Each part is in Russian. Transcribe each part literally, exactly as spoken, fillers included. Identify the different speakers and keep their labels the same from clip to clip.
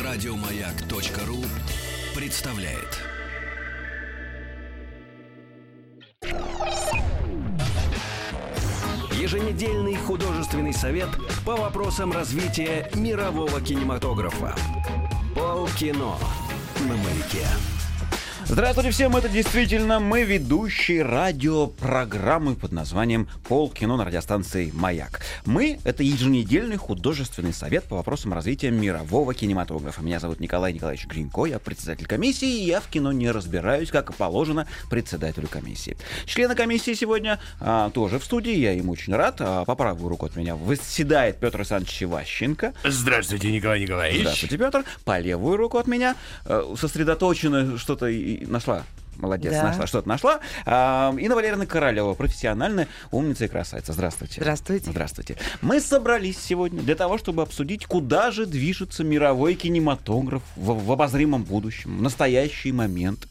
Speaker 1: Радиомаяк.ру представляет. Еженедельный художественный совет по вопросам развития мирового кинематографа. Полкино на Маяке.
Speaker 2: Здравствуйте всем, это действительно мы, ведущие радиопрограммы под названием «Полкино» на радиостанции «Маяк». Мы — это еженедельный художественный совет по вопросам развития мирового кинематографа. Меня зовут Николай Николаевич Гринько, я председатель комиссии, и я в кино не разбираюсь, как и положено председателю комиссии. Члены комиссии сегодня а, тоже в студии, я им очень рад. А, по правую руку от меня восседает Петр Александрович Иващенко.
Speaker 3: Здравствуйте, Николай Николаевич.
Speaker 2: Здравствуйте, Петр. По левую руку от меня а, сосредоточено что-то и нашла. Молодец, да. нашла, что-то нашла. А, Инна Валерьевна Королева, профессиональная умница и красавица. Здравствуйте.
Speaker 4: Здравствуйте.
Speaker 2: Здравствуйте. Мы собрались сегодня для того, чтобы обсудить, куда же движется мировой кинематограф в, в обозримом будущем, в настоящий момент.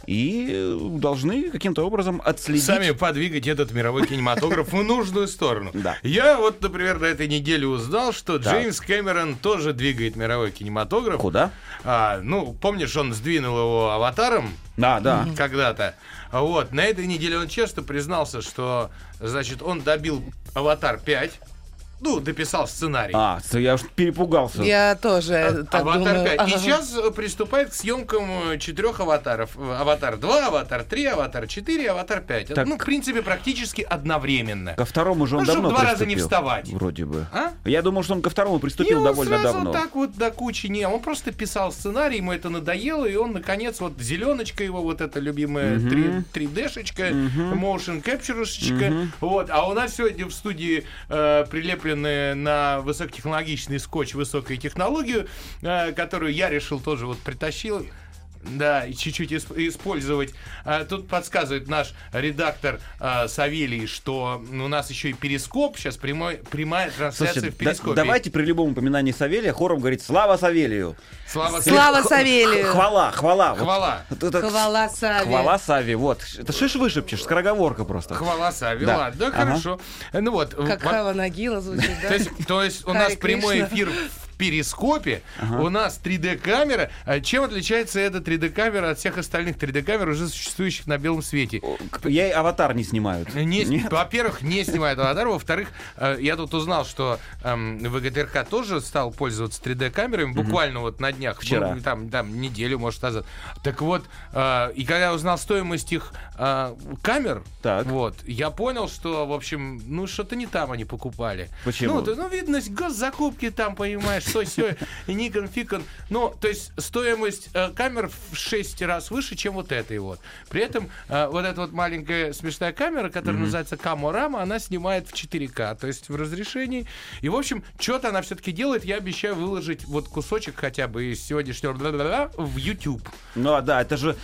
Speaker 2: И должны каким-то образом отследить...
Speaker 3: Сами подвигать этот мировой кинематограф в нужную сторону.
Speaker 2: Да.
Speaker 3: Я вот, например, на этой неделе узнал, что да. Джеймс Кэмерон тоже двигает мировой кинематограф.
Speaker 2: Куда?
Speaker 3: А, ну, помнишь, он сдвинул его «Аватаром».
Speaker 2: Да, да.
Speaker 3: Когда-то. Вот. На этой неделе он честно признался, что, значит, он добил «Аватар пять». Ну, дописал сценарий.
Speaker 2: А, я уж перепугался.
Speaker 4: Я тоже а, так
Speaker 3: «Аватар
Speaker 4: думаю.
Speaker 3: пять».
Speaker 4: Ага.
Speaker 3: И сейчас приступает к съемкам четырех «Аватаров». «Аватар два», «Аватар три», «Аватар четыре», «Аватар пять». Так, ну, в принципе, практически одновременно.
Speaker 2: Ко второму же он
Speaker 3: ну,
Speaker 2: давно
Speaker 3: два
Speaker 2: приступил.
Speaker 3: раза не вставать.
Speaker 2: Вроде бы.
Speaker 3: А?
Speaker 2: Я думал, что он ко второму приступил
Speaker 3: и
Speaker 2: довольно
Speaker 3: сразу
Speaker 2: давно.
Speaker 3: так вот до кучи. Не, он просто писал сценарий, ему это надоело, и он, наконец, вот зеленочка его, вот эта любимая uh-huh. три дэ-шечка, uh-huh. motion capture-шечка. Uh-huh. Вот. А у нас сегодня в студии э, прилепленные на высокотехнологичный скотч высокой технологию, э, которую я решил тоже вот притащил. Да, и чуть-чуть использовать. А, тут подсказывает наш редактор а, Савелий, что у нас еще и перископ. Сейчас прямой, прямая трансляция. Слушайте, в перископе.
Speaker 2: Да, давайте при любом упоминании Савелия хором говорить «Слава Савелию».
Speaker 3: Слава,
Speaker 4: Слава Х- Савелию.
Speaker 2: Хвала, хвала.
Speaker 3: Хвала.
Speaker 2: Вот, это,
Speaker 4: хвала Саве.
Speaker 2: Хвала Саве, вот. Это шиш вышепчешь, скороговорка просто.
Speaker 3: Хвала Саве,
Speaker 2: да.
Speaker 3: ладно, да,
Speaker 2: ага.
Speaker 3: хорошо. Ну вот.
Speaker 4: Как Хава Нагила звучит, да?
Speaker 3: То есть, то есть у нас прямой эфир в перископе, ага. у нас три дэ-камера. Чем отличается эта три дэ-камера от всех остальных три дэ-камер, уже существующих на белом свете?
Speaker 2: Я и «Аватар» не снимают.
Speaker 3: Не, во-первых, не снимают «Аватар». Во-вторых, я тут узнал, что эм, ВГТРК тоже стал пользоваться три дэ-камерами, угу. буквально вот на днях.
Speaker 2: Вчера.
Speaker 3: Ну, там, там неделю, может, назад. Так вот, э, и когда я узнал стоимость их э, камер,
Speaker 2: так.
Speaker 3: вот, я понял, что, в общем, ну, что-то не там они покупали.
Speaker 2: Почему?
Speaker 3: Ну, то, ну видно, госзакупки там, понимаешь, что все, Никон, Фикон. Ну, то есть стоимость э, камер в шесть раз выше, чем вот этой вот. При этом э, вот эта вот маленькая смешная камера, которая mm-hmm. называется Каморама, она снимает в четыре ка, то есть в разрешении. И, в общем, что-то она все-таки делает. Я обещаю выложить вот кусочек хотя бы из сегодняшнего в YouTube.
Speaker 2: Ну, да, это же...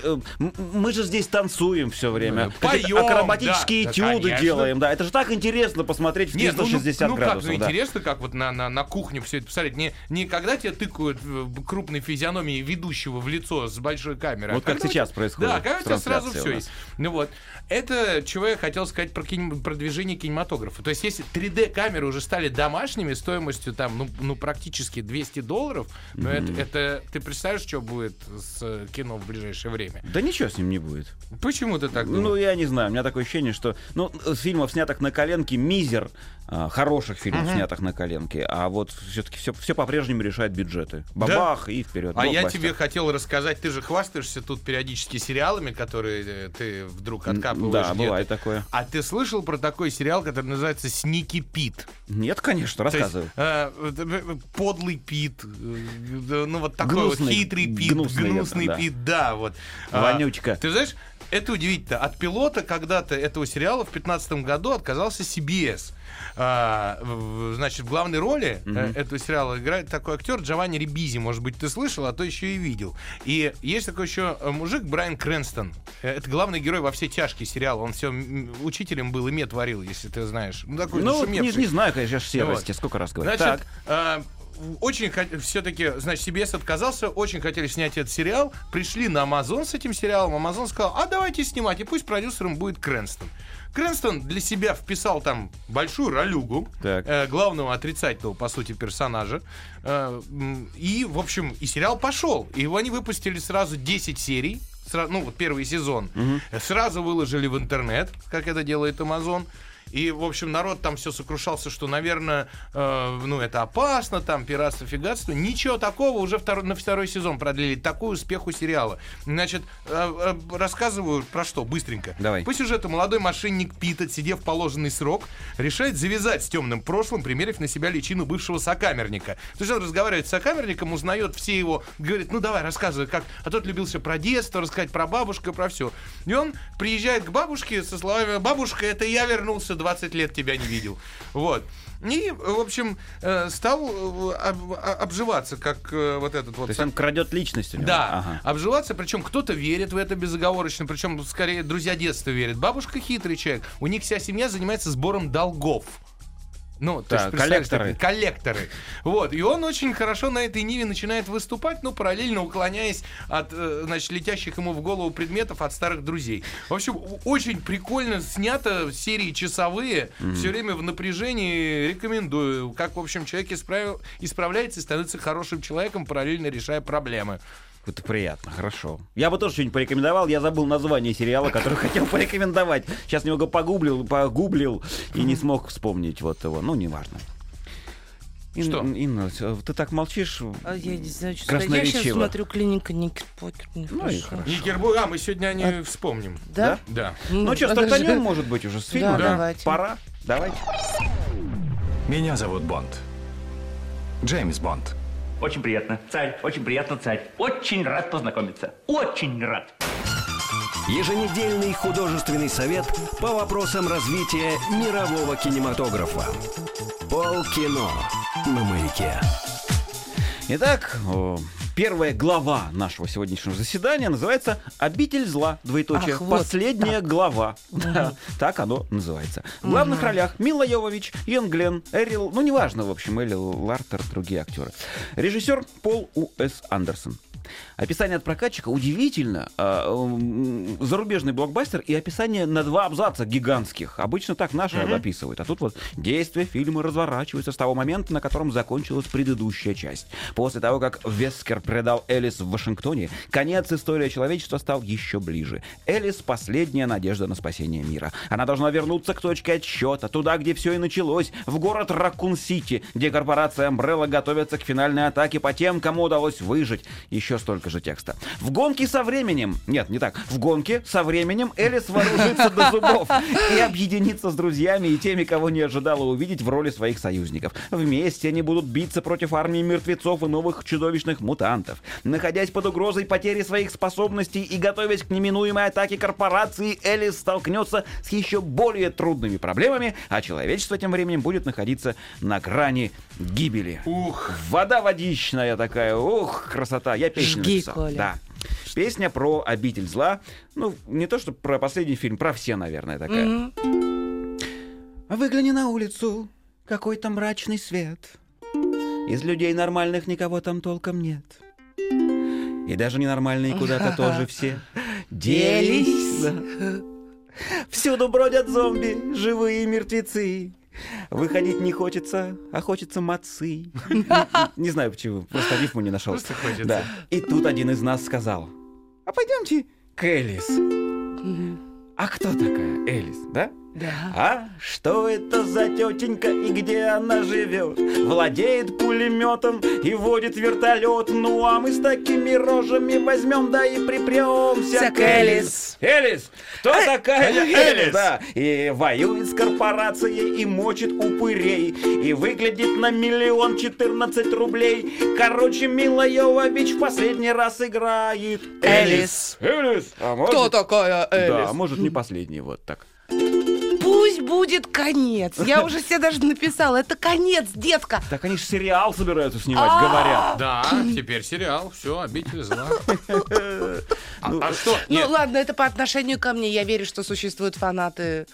Speaker 2: Мы же здесь танцуем все время.
Speaker 3: Поем,
Speaker 2: акробатические
Speaker 3: да,
Speaker 2: этюды
Speaker 3: да,
Speaker 2: делаем, да. Это же так интересно посмотреть в триста шестьдесят
Speaker 3: ну, ну,
Speaker 2: градусов.
Speaker 3: Ну, как, ну,
Speaker 2: да.
Speaker 3: интересно, как вот на, на, на кухне все это посмотреть. Не, не когда тебе тыкают крупной физиономией ведущего в лицо с большой камерой.
Speaker 2: Вот
Speaker 3: а
Speaker 2: как сейчас
Speaker 3: тебя,
Speaker 2: происходит.
Speaker 3: Да, когда у тебя сразу все есть. Ну вот. Это, чего я хотел сказать про кинем... продвижение кинематографа. То есть, если три дэ-камеры уже стали домашними, стоимостью там, ну, ну практически двести долларов, mm-hmm. ну, это, это, ты представляешь, что будет с кино в ближайшее время?
Speaker 2: Да ничего с ним не будет.
Speaker 3: Почему ты так думаешь?
Speaker 2: Ну, я не знаю, у меня такое ощущение, что, ну, фильмов, снятых на коленке, мизер, а, хороших фильмов, uh-huh. снятых на коленке, а вот все-таки все, все по-прежнему решает бюджеты. Бабах, да? И вперед.
Speaker 3: А я тебе хотел рассказать, ты же хвастаешься тут периодически сериалами, которые ты вдруг откапываешь.
Speaker 2: Да,
Speaker 3: где-то.
Speaker 2: бывает такое.
Speaker 3: А ты слышал про такой сериал, который называется «Сники Пит»?
Speaker 2: Нет, конечно, рассказывай.
Speaker 3: То есть, э, подлый Пит, э, ну вот такой
Speaker 2: гнусный,
Speaker 3: вот хитрый Пит,
Speaker 2: гнусный,
Speaker 3: гнусный
Speaker 2: это,
Speaker 3: Пит, да, вот.
Speaker 2: Вонючка.
Speaker 3: А, ты знаешь, это удивительно. От пилота когда-то этого сериала в пятнадцатом году отказался си би эс. А, в, значит, в главной роли mm-hmm. э, этого сериала играет такой актер Джованни Рибизи. Может быть, ты слышал, а то еще и видел. И есть такой еще мужик Брайан Крэнстон. Это главный герой во «Все тяжкие» сериала. Он все учителем был и мед варил, если ты знаешь. Ну, такой
Speaker 2: ну не, не знаю, конечно, все
Speaker 3: вот.
Speaker 2: расти, сколько раз говорю.
Speaker 3: Значит, а, очень все-таки, значит, си би эс отказался, очень хотели снять этот сериал, пришли на Amazon с этим сериалом, Amazon сказал, а давайте снимать, и пусть продюсером будет Крэнстон. Крэнстон для себя вписал там большую ролюгу, э, главного отрицательного, по сути, персонажа. Э, и, в общем, и сериал пошел. И его они выпустили сразу десять серий. Сразу, ну, вот первый сезон. Угу. Сразу выложили в интернет, как это делает Amazon. И, в общем, народ там все сокрушался, что, наверное, э, ну, это опасно, там, пиратство, фигатство. Ничего такого, уже второй, на второй сезон продлили. Такой успех у сериала. Значит, э, э, рассказываю про что, быстренько.
Speaker 2: Давай.
Speaker 3: По сюжету молодой мошенник Пит, отсидев положенный срок, решает завязать с темным прошлым, примерив на себя личину бывшего сокамерника. То есть он разговаривает с сокамерником, узнает все его, говорит, ну, давай, рассказывай, как... А тот любился про детство, рассказать про бабушку, про все. И он приезжает к бабушке со словами: бабушка, это я вернулся, двадцать лет тебя не видел. Вот. И, в общем, стал обживаться, как вот этот вот...
Speaker 2: То есть он крадет личность у него?
Speaker 3: Да,
Speaker 2: ага.
Speaker 3: Обживаться, причем кто-то верит в это безоговорочно, причем, скорее, друзья детства верят. Бабушка хитрый человек, у них вся семья занимается сбором долгов. Ну, то
Speaker 2: так,
Speaker 3: есть,
Speaker 2: коллекторы.
Speaker 3: Так, коллекторы. Вот. И он очень хорошо на этой ниве начинает выступать, ну, параллельно уклоняясь от, значит, летящих ему в голову предметов от старых друзей. В общем, очень прикольно снято, серии часовые, mm-hmm. все время в напряжении. Рекомендую. Как, в общем, человек исправ... исправляется и становится хорошим человеком, параллельно решая проблемы.
Speaker 2: Это приятно, хорошо. Я бы тоже что-нибудь порекомендовал. Я забыл название сериала, который хотел порекомендовать. Сейчас немного погуглил, погуглил и не смог вспомнить вот его. Ну, неважно. Ин,
Speaker 3: что?
Speaker 2: Инна, ты так молчишь?
Speaker 4: А я не знаю, что я сейчас смотрю «Клиника Никербокер».
Speaker 2: Ну и хорошо.
Speaker 3: Никербокер, а мы сегодня не а... вспомним.
Speaker 4: Да?
Speaker 3: Да.
Speaker 2: Ну, ну что, стартанем, может быть, уже с фильма?
Speaker 4: Да, давайте.
Speaker 2: Пора? Давайте.
Speaker 5: Меня зовут Бонд. Джеймс Бонд.
Speaker 6: Очень приятно, царь, очень приятно, царь. Очень рад познакомиться. Очень рад.
Speaker 1: Еженедельный художественный совет по вопросам развития мирового кинематографа. Полкино на Маяке.
Speaker 2: Итак, первая глава нашего сегодняшнего заседания называется «Обитель зла», двоеточие,
Speaker 4: Ах, вот
Speaker 2: последняя
Speaker 4: так.
Speaker 2: глава. Угу. Да, так оно называется. В главных угу. ролях Мила Йовович, Иэн Глен, Эрил, ну неважно, в общем, Элли Лартер, другие актеры. Режиссер Пол У С Андерсон. Описание от прокатчика удивительно. Зарубежный блокбастер и описание на два абзаца гигантских. Обычно так наши mm-hmm. описывают. А тут вот действие фильма разворачивается с того момента, на котором закончилась предыдущая часть. После того, как Вескер предал Элис в Вашингтоне, конец истории человечества стал еще ближе. Элис — последняя надежда на спасение мира. Она должна вернуться к точке отсчета, туда, где все и началось, в город Раккун-Сити, где корпорация Umbrella готовится к финальной атаке по тем, кому удалось выжить. Еще столько же текста. В гонке со временем... Нет, не так. В гонке со временем Элис вооружится до зубов и объединится с друзьями и теми, кого не ожидала увидеть в роли своих союзников. Вместе они будут биться против армии мертвецов и новых чудовищных мутантов. Находясь под угрозой потери своих способностей и готовясь к неминуемой атаке корпорации, Элис столкнется с еще более трудными проблемами, а человечество тем временем будет находиться на грани гибели.
Speaker 3: Ух!
Speaker 2: Вода водичная такая. Ух, красота. Я песню
Speaker 4: Жги,
Speaker 2: написал.
Speaker 4: Коля.
Speaker 2: Да. Песня про обитель зла. Ну, не то, что про последний фильм, про все, наверное, такая. Mm-hmm. Выгляни на улицу, какой там мрачный свет. Из людей нормальных никого там толком нет. И даже ненормальные куда-то тоже все делись. Да. Всюду бродят зомби, живые мертвецы. Выходить не хочется, а хочется мацы. Не знаю почему, просто рифму не нашел.
Speaker 3: Просто хочется.
Speaker 2: Да. И тут один из нас сказал: а пойдемте к Элис. А кто такая Элис, да?
Speaker 4: Да.
Speaker 2: А что это за тетенька и где она живет? Владеет пулеметом и водит вертолет. Ну а мы с такими рожами возьмем, да и припремся
Speaker 4: к Элис.
Speaker 2: Элис! Кто э- такая Элис?
Speaker 3: Элис?
Speaker 2: Да. И воюет с корпорацией и мочит упырей. И выглядит на миллион четырнадцать рублей. Короче, Мила Йовович в последний раз играет
Speaker 4: Элис.
Speaker 2: Элис! А может...
Speaker 4: Кто такая Элис?
Speaker 2: Да, может не последний, вот так.
Speaker 4: Пусть будет конец. Я уже себе даже написала. Это конец, детка.
Speaker 2: Так они же сериал собираются снимать, говорят.
Speaker 3: Да, теперь сериал. Все, обитель зла. А что?
Speaker 4: Ну ладно, это по отношению ко мне. Я верю, что существуют фанаты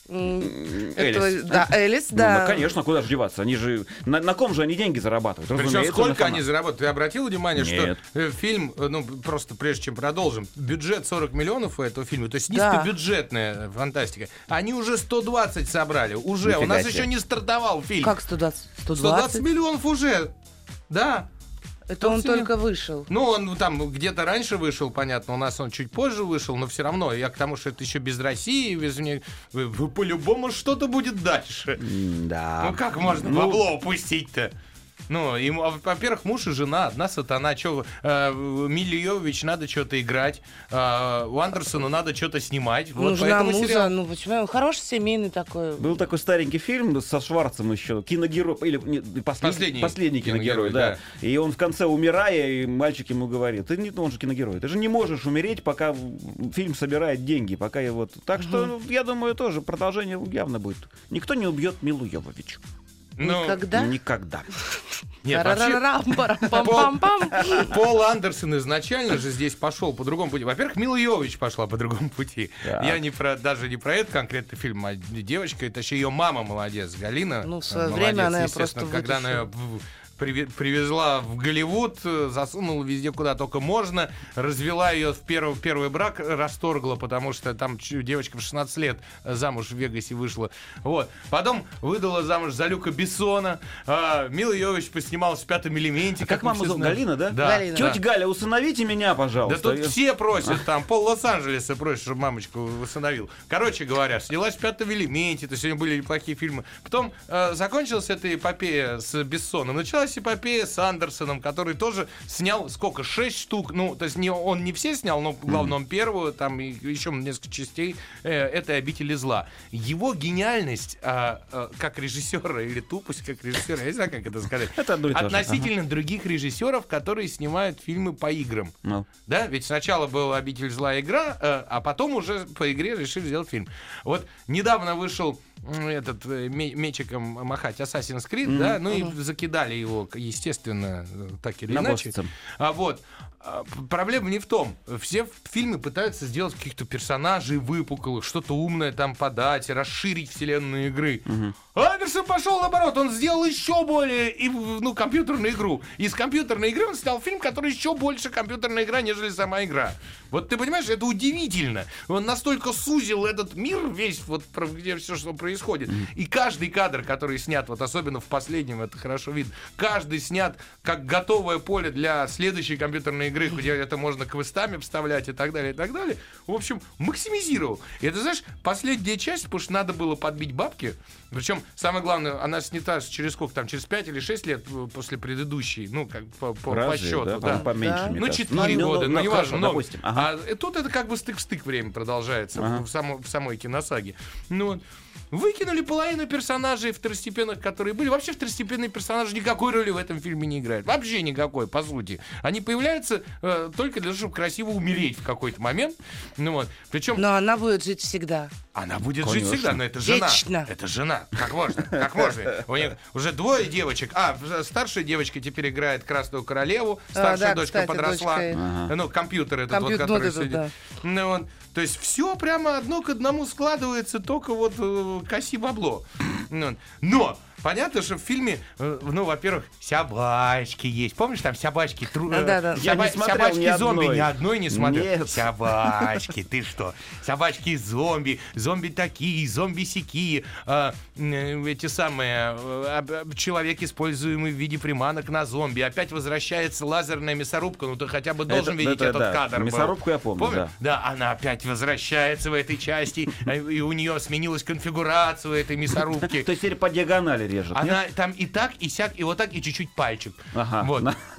Speaker 2: Элис.
Speaker 4: Да, Элис,
Speaker 2: Ну,
Speaker 4: да.
Speaker 2: ну, конечно, куда же деваться? Они же... На, на ком же они деньги зарабатывают?
Speaker 3: Причем
Speaker 2: Разумеется,
Speaker 3: сколько
Speaker 2: на
Speaker 3: они
Speaker 2: фанатах.
Speaker 3: заработают? Ты обратил внимание,
Speaker 2: Нет.
Speaker 3: что э, фильм, э, ну, просто прежде чем продолжим, бюджет сорок миллионов у этого фильма, то есть
Speaker 4: Да.
Speaker 3: низкобюджетная фантастика. Они уже сто двадцать собрали. Уже.
Speaker 2: Нифига
Speaker 3: У нас
Speaker 2: себе.
Speaker 3: еще не стартовал фильм.
Speaker 4: Как сто двадцать?
Speaker 3: сто двадцать миллионов уже. Да.
Speaker 4: Это он
Speaker 3: сто двадцать
Speaker 4: только вышел.
Speaker 3: Ну, он там где-то раньше вышел, понятно, у нас он чуть позже вышел, но все равно, я к тому, что это еще без России, без мне, вы- вы по-любому что-то будет дальше.
Speaker 2: Да.
Speaker 3: Ну, как можно
Speaker 2: Ну,
Speaker 3: бабло упустить-то? Ну, ему, а, во-первых, муж и жена, одна сатана. Чё, э, Миле Йовович надо что-то играть, э, у Андерсона надо что-то снимать. Вот
Speaker 4: Нужна
Speaker 3: поэтому
Speaker 4: муза,
Speaker 3: сериал.
Speaker 4: ну почему? Хороший семейный такой.
Speaker 2: Был такой старенький фильм со Шварцем еще, киногерой, или не, послед-
Speaker 3: Последний
Speaker 2: последний киногерой,
Speaker 3: киногерой,
Speaker 2: да.
Speaker 3: да.
Speaker 2: И он в конце, умирая, и мальчик ему говорит, ты не, ну, он же киногерой, ты же не можешь умереть, пока в- фильм собирает деньги, пока и вот... Так что, ну, я думаю, тоже продолжение явно будет. Никто не убьет Милу Йовович.
Speaker 3: Ну,
Speaker 4: Когда?
Speaker 2: Никогда.
Speaker 3: нет, вообще,
Speaker 4: Тарарарам, парам-пам-пам-пам.
Speaker 3: Пол Андерсон изначально же здесь пошел по другому пути. Во-первых, Мила Йовович пошла по другому пути.
Speaker 2: Так.
Speaker 3: Я не про, даже не про этот конкретный фильм, а девочка, это еще ее мама молодец, Галина.
Speaker 4: Ну, в свое
Speaker 3: Молодец,
Speaker 4: время она её
Speaker 3: естественно,
Speaker 4: просто
Speaker 3: когда она
Speaker 4: вытащила.
Speaker 3: ее приве- привезла в Голливуд, э, засунула везде, куда только можно, развела ее в первый, первый брак, расторгла, потому что там чу- девочка в шестнадцать лет замуж в Вегасе вышла. Вот. Потом выдала замуж за Люка Бессона. А, Мила Йовович поснималась в «Пятом элементе».
Speaker 2: А как
Speaker 3: мы
Speaker 2: маму
Speaker 3: все
Speaker 2: зовут?
Speaker 3: знаем.
Speaker 2: Галина, да?
Speaker 3: Да.
Speaker 4: Галина.
Speaker 2: Тетя Галя, усыновите меня,
Speaker 3: Да
Speaker 2: пожалуйста.
Speaker 3: тут все просят, там, пол Лос-Анджелеса просит, чтобы мамочку усыновил. Короче говоря, снялась в «Пятом элементе», то сегодня были неплохие фильмы. Потом э, закончилась эта эпопея с Бессоном. Началась эпопея с Андерсоном, который тоже снял, сколько, шесть штук. Ну, то есть не, он не все снял, но в главном первую, там и еще несколько частей э, этой «Обители зла». Его гениальность э, э, как режиссера или тупость как режиссера, я не знаю, как это сказать,
Speaker 2: Это одно и то же.
Speaker 3: относительно других режиссеров, которые снимают фильмы по играм.
Speaker 2: Ну.
Speaker 3: Да, ведь сначала была «Обитель зла» игра, э, а потом уже по игре решили сделать фильм. Вот недавно вышел м, этот э, ме- мечиком махать Assassin's Creed, да, ну и закидали его, естественно, э, так или иначе.
Speaker 2: Набожцем.
Speaker 3: А вот а, п- проблема не в том. Все фильмы пытаются сделать каких-то персонажей выпуклых, что-то умное там подать, расширить вселенную игры. Андерсон пошел наоборот, он сделал еще более и, ну, компьютерную игру. Из компьютерной игры он снял фильм, который еще больше компьютерная игра, нежели сама игра. Вот ты понимаешь, это удивительно. Он настолько сузил этот мир весь, вот про- где все, что происходит. И каждый кадр, который снят, вот особенно в последнем, это хорошо видно, каждый снят как готовое поле для следующей компьютерной игры, где это можно квестами вставлять и так далее, и так далее. В общем, максимизировал. И это, знаешь, последняя часть, потому что надо было подбить бабки. Причем, самое главное, она снята через сколько там, через пять или шесть лет после предыдущей, ну, как по, по, по
Speaker 2: Разве,
Speaker 3: счету,
Speaker 2: да?
Speaker 3: да.
Speaker 2: По- поменьше,
Speaker 4: Да.
Speaker 2: мне
Speaker 3: Ну,
Speaker 2: кажется.
Speaker 3: четыре
Speaker 2: Ну,
Speaker 3: года, ну,
Speaker 2: ну,
Speaker 3: неважно,
Speaker 2: хорошо,
Speaker 3: много.
Speaker 2: допустим. Ага.
Speaker 3: А э, тут это как бы стык-стык время продолжается
Speaker 2: Ага.
Speaker 3: в, само- в самой киносаге. Ну, вот. Выкинули половину персонажей второстепенных, которые были. Вообще второстепенные персонажи никакой роли в этом фильме не играют. Вообще никакой, по сути. Они появляются э, только для того, чтобы красиво умереть в какой-то момент. Ну, вот. Причем
Speaker 4: Но она будет жить всегда.
Speaker 3: она будет
Speaker 2: Конечно.
Speaker 3: жить всегда, но это жена.
Speaker 4: Вечно.
Speaker 3: Это жена. Как можно? Как можно? У них уже двое девочек. А, старшая девочка теперь играет Красную Королеву. Старшая
Speaker 4: да,
Speaker 3: дочка
Speaker 4: кстати,
Speaker 3: подросла.
Speaker 4: дочка.
Speaker 2: Ага.
Speaker 3: Ну, компьютер этот
Speaker 4: Компьютер,
Speaker 3: вот, который
Speaker 4: вот этот,
Speaker 3: сидит.
Speaker 4: да.
Speaker 3: Ну, вот. То есть все прямо одно к одному складывается, только вот э, коси бабло. Ну, но понятно, что в фильме, э, ну, во-первых, собачки есть. Помнишь, там собачки? Тру...
Speaker 4: Да, да, да.
Speaker 2: Я не смотрел ни
Speaker 3: Собачки-зомби,
Speaker 2: одной.
Speaker 3: ни одной не смотрел.
Speaker 2: Нет.
Speaker 3: Собачки, ты что? Собачки-зомби, зомби такие, зомби-сякие, а, м, эти самые, э, об- об- человек, используемый в виде приманок на зомби. Опять возвращается лазерная мясорубка, ну ты хотя бы должен
Speaker 2: Это-
Speaker 3: видеть
Speaker 2: это
Speaker 3: этот
Speaker 2: да.
Speaker 3: кадр. был.
Speaker 2: Мясорубку я помню,
Speaker 3: Помнишь?
Speaker 2: да.
Speaker 3: Да, она опять возвращается в этой части, э, и у нее сменилась конфигурация у этой мясорубки.
Speaker 2: То есть теперь по диагонали режет, нет?
Speaker 3: Она там и так, и сяк, и вот так, и чуть-чуть пальчик.
Speaker 2: Ага.
Speaker 3: Вот.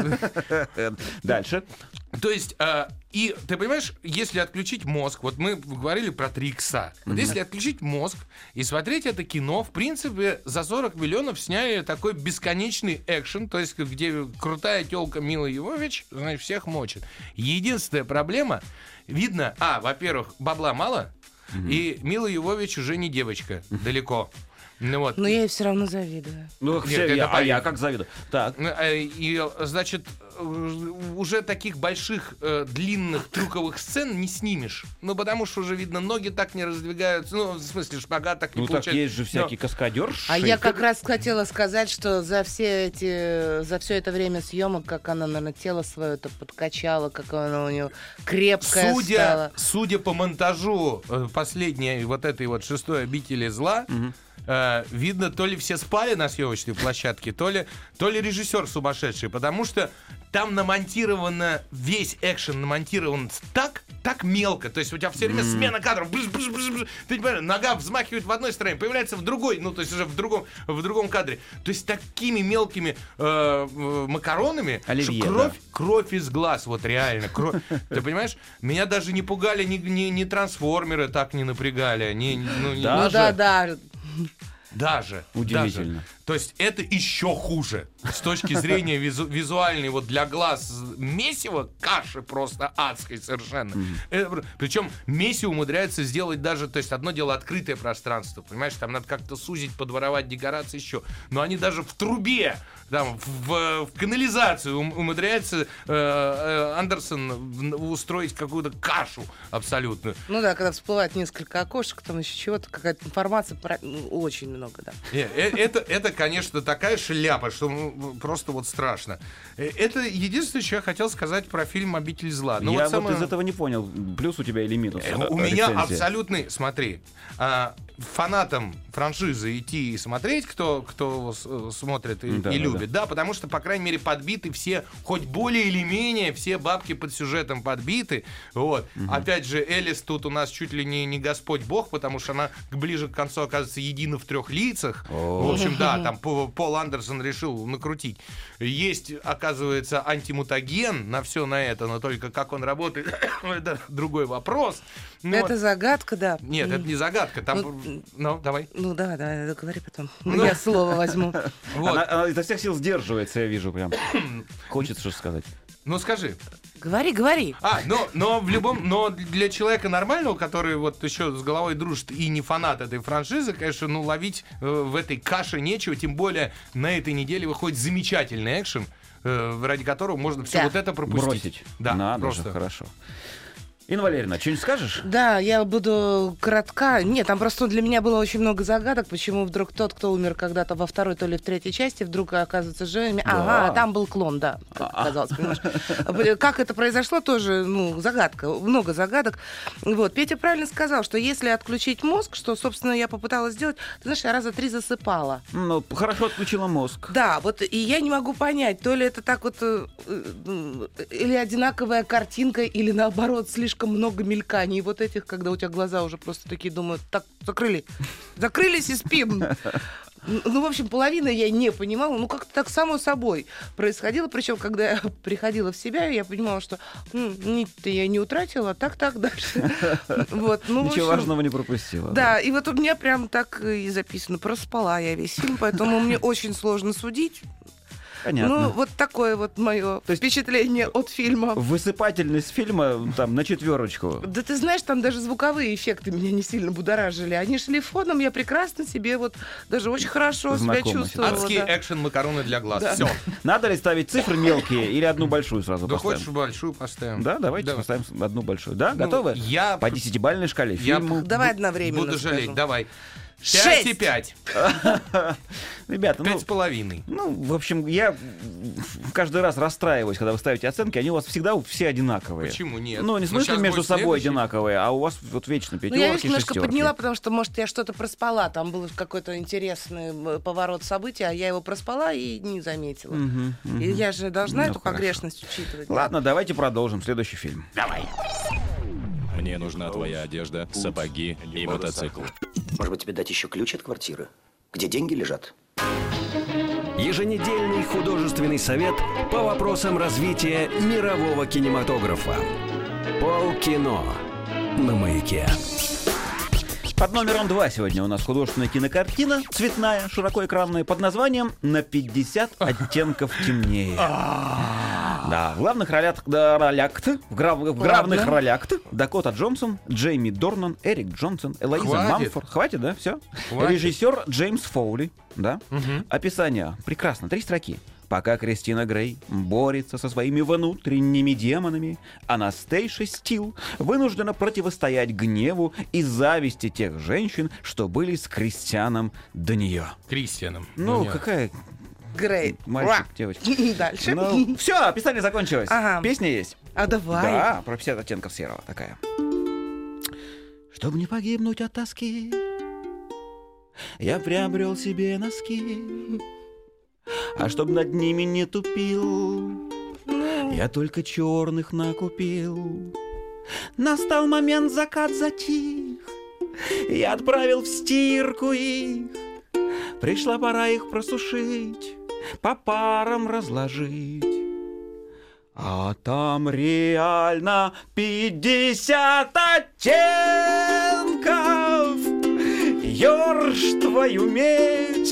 Speaker 2: Дальше.
Speaker 3: То есть, э, и ты понимаешь, если отключить мозг, вот мы говорили про три икса, вот если отключить мозг и смотреть это кино, в принципе, за сорок миллионов сняли такой бесконечный экшен, то есть, где крутая телка Мила Йовович, значит, всех мочит. Единственная проблема, видно, а, во-первых, бабла мало, и Мила Йовович уже не девочка, далеко. Ну, вот.
Speaker 4: Но я ей все равно завидую.
Speaker 2: Ну,
Speaker 3: Нет,
Speaker 2: все,
Speaker 3: это
Speaker 2: я, а
Speaker 3: понятно.
Speaker 2: я как завидую. Так.
Speaker 3: И, значит, уже таких больших э, длинных трюковых сцен не снимешь. Ну, потому что уже, видно, ноги так не раздвигаются. Ну, в смысле, шпагат так не
Speaker 2: Ну, так
Speaker 3: получается.
Speaker 2: есть же всякие
Speaker 3: Но...
Speaker 2: каскадерши.
Speaker 4: А я как раз хотела сказать, что за все эти, за все это время съемок, как она, наверное, тело свое это подкачала, как она у нее крепкая
Speaker 3: Судя,
Speaker 4: стала.
Speaker 3: судя по монтажу э, последней вот этой вот шестой обители зла,
Speaker 2: Мгм.
Speaker 3: э, видно, то ли все спали на съемочной площадке, то ли, то ли режиссер сумасшедший, потому что там намонтировано, весь экшен намонтирован так, так мелко, то есть у тебя все время смена кадров, брыж, брыж, брыж, брыж. Ты не понимаешь, нога взмахивает в одной стороне, появляется в другой, ну то есть уже в другом, в другом кадре, то есть такими мелкими э, э, макаронами,
Speaker 2: Оливье,
Speaker 3: что кровь,
Speaker 2: да.
Speaker 3: кровь из глаз, вот реально, кровь. Ты понимаешь, меня даже не пугали ни, ни, ни трансформеры, так не напрягали, ни, ну, ни-
Speaker 2: Да?
Speaker 4: Ну
Speaker 2: даже?
Speaker 4: да, да.
Speaker 3: даже.
Speaker 2: Удивительно.
Speaker 3: Даже. То есть это еще хуже с точки зрения визу- визуальной, вот для глаз месиво, каши просто адской совершенно. Это, причем месиво умудряется сделать даже, то есть одно дело открытое пространство, понимаешь, там надо как-то сузить, подворовать декорации еще, но они даже в трубе, там, в, в канализацию ум- умудряется э, э, Андерсон в- устроить какую-то кашу абсолютную.
Speaker 4: Ну да, когда всплывает несколько окошек, там еще чего-то, какая-то информация, про... ну, очень много, да.
Speaker 3: Не, э- это, это, конечно, такая шляпа, что ну, просто вот страшно. Э, Это единственное, что я хотел сказать про фильм «Обитель зла». Ну,
Speaker 2: я вот,
Speaker 3: самое-
Speaker 2: из этого не понял, плюс у тебя или минус.
Speaker 3: Э,
Speaker 2: э,
Speaker 3: У меня
Speaker 2: рецензия.
Speaker 3: абсолютный, смотри, а, фанатам франшизы идти и смотреть, кто, кто с- э, смотрит и,
Speaker 2: Да,
Speaker 3: и
Speaker 2: да,
Speaker 3: любит, да. потому что, по крайней мере, подбиты все, хоть более или менее, все бабки под сюжетом подбиты. Вот. Опять же, Элис тут у нас чуть ли не, не Господь Бог, потому что она ближе к концу оказывается едина в трех лицах. В общем, да, там По- Пол Андерсон решил накрутить. Есть, оказывается, антимутаген на все на это, но только как он работает, это другой вопрос. Но-
Speaker 4: Это загадка, да.
Speaker 3: Нет, это не загадка. Там...
Speaker 4: Ну,
Speaker 3: Ну, давай.
Speaker 4: Ну да, да, говори потом.
Speaker 3: Ну.
Speaker 4: Я слово возьму.
Speaker 3: Вот.
Speaker 2: Она, она изо всех сил сдерживается, я вижу прям. Хочется что сказать.
Speaker 3: Ну, скажи.
Speaker 4: Говори, говори.
Speaker 3: А, но, но в любом, но для человека нормального, который вот еще с головой дружит и не фанат этой франшизы, конечно, ну ловить э, в этой каше нечего, тем более на этой неделе выходит замечательный экшен, э, ради которого можно все
Speaker 4: Да.
Speaker 3: вот это пропустить.
Speaker 2: Бросить.
Speaker 3: Да,
Speaker 2: Надо
Speaker 3: просто.
Speaker 2: же, хорошо. Инна Валерьевна, что-нибудь скажешь?
Speaker 4: Да, я буду коротка. Нет, там просто для меня было очень много загадок, почему вдруг тот, кто умер когда-то во второй, то ли в третьей части, вдруг оказывается живыми. Ага, там был клон, да, как оказалось, понимаешь. Как это произошло, тоже, ну, загадка, много загадок. Вот, Петя правильно сказал, что если отключить мозг, что, собственно, я попыталась сделать, ты знаешь, я раза три засыпала.
Speaker 2: Ну, хорошо отключила мозг.
Speaker 4: Да, вот и я не могу понять, то ли это так вот, э, э, или одинаковая картинка, или наоборот, слишком много мельканий вот этих, когда у тебя глаза уже просто такие думают, так, закрыли, закрылись и спим. Ну, в общем, половина я не понимала, ну, как-то так само собой происходило, причем, когда я приходила в себя, я понимала, что м, нить-то я не утратила, так-так дальше. Вот, ну, в
Speaker 2: Ничего
Speaker 4: общем,
Speaker 2: важного не пропустила.
Speaker 4: да, и вот у меня прям так и записано. Проспала я весь фильм, поэтому мне очень сложно судить.
Speaker 2: Понятно.
Speaker 4: Ну, вот такое вот мое
Speaker 2: То есть-
Speaker 4: впечатление от фильма.
Speaker 2: Высыпательность фильма там на четверочку.
Speaker 4: Да ты знаешь, там даже звуковые эффекты меня не сильно будоражили. Они шли фоном, я прекрасно себе вот даже очень хорошо себя
Speaker 2: Знакома
Speaker 4: чувствовала.
Speaker 3: Адские
Speaker 4: да.
Speaker 3: экшен макароны для глаз.
Speaker 4: Да.
Speaker 3: Все.
Speaker 2: Надо ли ставить цифры мелкие или одну большую сразу
Speaker 3: Да
Speaker 2: поставим?
Speaker 3: хочешь большую поставим?
Speaker 2: Да, давайте
Speaker 3: Давай.
Speaker 2: поставим одну большую. Да,
Speaker 3: Ну,
Speaker 2: готовы?
Speaker 3: я-
Speaker 2: По десятибалльной шкале
Speaker 3: Я-
Speaker 2: фильму.
Speaker 4: Давай одновременно
Speaker 3: Буду
Speaker 4: скажу.
Speaker 3: жалеть. Давай.
Speaker 4: Шесть.
Speaker 3: Пять и пять.
Speaker 2: Ребята, ну,
Speaker 3: Пять с половиной.
Speaker 2: ну, в общем, я каждый раз расстраиваюсь, когда вы ставите оценки, они у вас всегда все одинаковые.
Speaker 3: Почему нет?
Speaker 2: Ну, не в
Speaker 3: Ну,
Speaker 2: смысле
Speaker 3: щас
Speaker 2: между
Speaker 3: будет
Speaker 2: собой
Speaker 3: следующий.
Speaker 2: одинаковые, а у вас вот вечно
Speaker 4: Ну,
Speaker 2: пятерки,
Speaker 4: я, видишь, немножко
Speaker 2: шестерки.
Speaker 4: подняла, потому что, может, я что-то проспала. Там был какой-то интересный м, поворот событий, а я его проспала и не заметила.
Speaker 2: Мгм, мгм.
Speaker 4: И я же должна
Speaker 2: Ну,
Speaker 4: эту
Speaker 2: хорошо.
Speaker 4: погрешность учитывать.
Speaker 2: Ладно, давайте продолжим. Следующий фильм.
Speaker 5: Мне нужна твоя одежда, сапоги и мотоцикл.
Speaker 7: Может быть, тебе дать еще ключ от квартиры? Где деньги лежат?
Speaker 1: Еженедельный художественный совет по вопросам развития мирового кинематографа. Полкино на маяке.
Speaker 2: Под номером два сегодня у нас художественная кинокартина, цветная, широкоэкранная, под названием «На пятьдесят оттенков темнее». Да, в главных ролях, да, ролях в, грав, в главных ролях Дакота Джонсон, Джейми Дорнан, Эрик Джонсон, Элоиза
Speaker 3: Хватит.
Speaker 2: Мамфорд. Хватит, да? Все.
Speaker 3: Хватит.
Speaker 2: Режиссер Джеймс Фоули. Да.
Speaker 3: Мгм.
Speaker 2: Описание. Прекрасно. Три строки. Пока Кристина Грей борется со своими внутренними демонами, Анастейша Стил вынуждена противостоять гневу и зависти тех женщин, что были с Кристианом до нее.
Speaker 3: Кристианом.
Speaker 2: Ну,
Speaker 3: нет.
Speaker 2: какая
Speaker 4: Грейт.
Speaker 2: мальчик, девочка.
Speaker 4: Дальше.
Speaker 2: Ну, все, описание закончилось.
Speaker 4: Ага.
Speaker 2: Песня есть.
Speaker 4: А давай.
Speaker 2: Да, про пятьдесят оттенков серого такая. Чтобы не погибнуть от тоски, я приобрел себе носки. А чтоб над ними не тупил, я только черных накупил. Настал момент, закат затих, я отправил в стирку их. Пришла пора их просушить, по парам разложить. А там реально пятьдесят оттенков. Ёрш твою медь.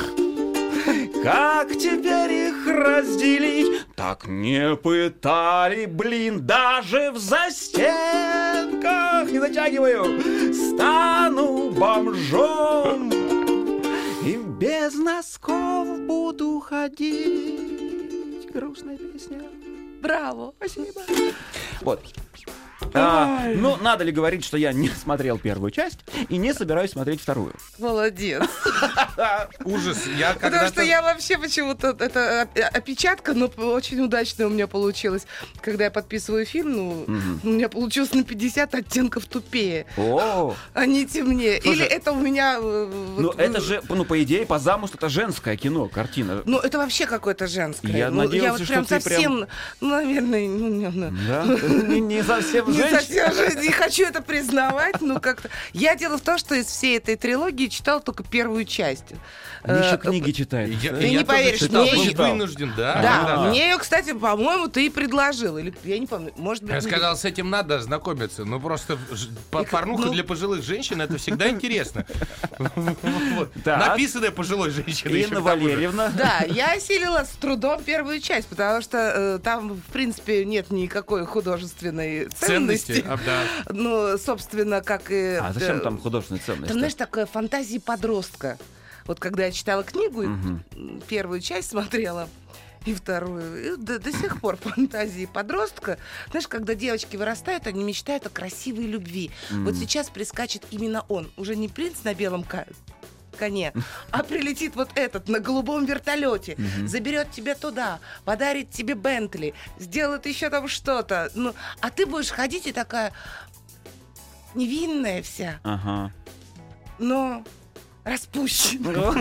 Speaker 2: Как теперь их разделить? Так не пытали, блин, даже в застенках. Не затягиваю. Стану бомжом и без носков буду ходить. Грустная песня.
Speaker 4: Браво.
Speaker 2: Спасибо. Вот. А, ну, надо ли говорить, что я не смотрел первую часть и не собираюсь смотреть вторую?
Speaker 4: Молодец.
Speaker 3: Ужас. Я
Speaker 4: Потому
Speaker 3: когда-то...
Speaker 4: что я вообще почему-то... Это опечатка, но очень удачная у меня получилась. Когда я подписываю фильм, ну, у меня получилось на пятьдесят оттенков тупее,
Speaker 2: О,
Speaker 4: а не темнее.
Speaker 2: Слушай,
Speaker 4: Или это у меня... э,
Speaker 2: ну
Speaker 4: вот,
Speaker 2: это же, ну, по идее, по замыслу, это женское кино, картина.
Speaker 4: Ну, это вообще какое-то женское.
Speaker 2: Я
Speaker 4: ну,
Speaker 2: надеялся,
Speaker 4: я вот
Speaker 2: что
Speaker 4: прям
Speaker 2: ты
Speaker 4: совсем... Ну, наверное, ну, не, ну,
Speaker 2: Да? Не, не совсем
Speaker 4: не
Speaker 2: женщина.
Speaker 4: совсем же, не хочу это признавать, ну как-то. Я дело в том, что из всей этой трилогии читала только первую часть.
Speaker 2: Они еще
Speaker 4: Э,
Speaker 2: книги читают.
Speaker 3: Я,
Speaker 4: Ты
Speaker 3: я
Speaker 4: не
Speaker 3: тоже
Speaker 4: поверишь,
Speaker 3: читал,
Speaker 4: мне
Speaker 3: был
Speaker 4: еще-
Speaker 3: вынужден, да.
Speaker 4: Да,
Speaker 3: да, да.
Speaker 4: мне ее, кстати, по-моему, ты и предложил. Или я не помню, может быть.
Speaker 3: Я
Speaker 4: не-
Speaker 3: сказал, с этим надо знакомиться. Ну, просто ж- по-
Speaker 4: И как-
Speaker 3: порнуха
Speaker 4: ну-
Speaker 3: для пожилых женщин — это всегда интересно. Вот.
Speaker 2: Так.
Speaker 3: Написанная пожилой женщиной. еще
Speaker 2: Инна
Speaker 3: к тому же.
Speaker 2: Валерьевна.
Speaker 4: Да, я осилила с трудом первую часть, потому что э, там, в принципе, нет никакой художественной ценности.
Speaker 3: Ценности. А, да.
Speaker 4: Ну, собственно, как и...
Speaker 2: А зачем
Speaker 4: э,
Speaker 2: там художественная
Speaker 4: Ты
Speaker 2: ценность?
Speaker 4: знаешь, такая фантазия подростка. Вот когда я читала книгу, и м, первую часть смотрела, и вторую, и до, до сих пор фантазии подростка. Знаешь, когда девочки вырастают, они мечтают о красивой любви. Вот сейчас прискачет именно он. Уже не принц на белом ка- коне, а прилетит вот этот на голубом вертолете, заберет тебя туда, подарит тебе Бентли, сделает еще там что-то. Ну, а ты будешь ходить и такая невинная вся,
Speaker 2: Ага.
Speaker 4: но распущенная.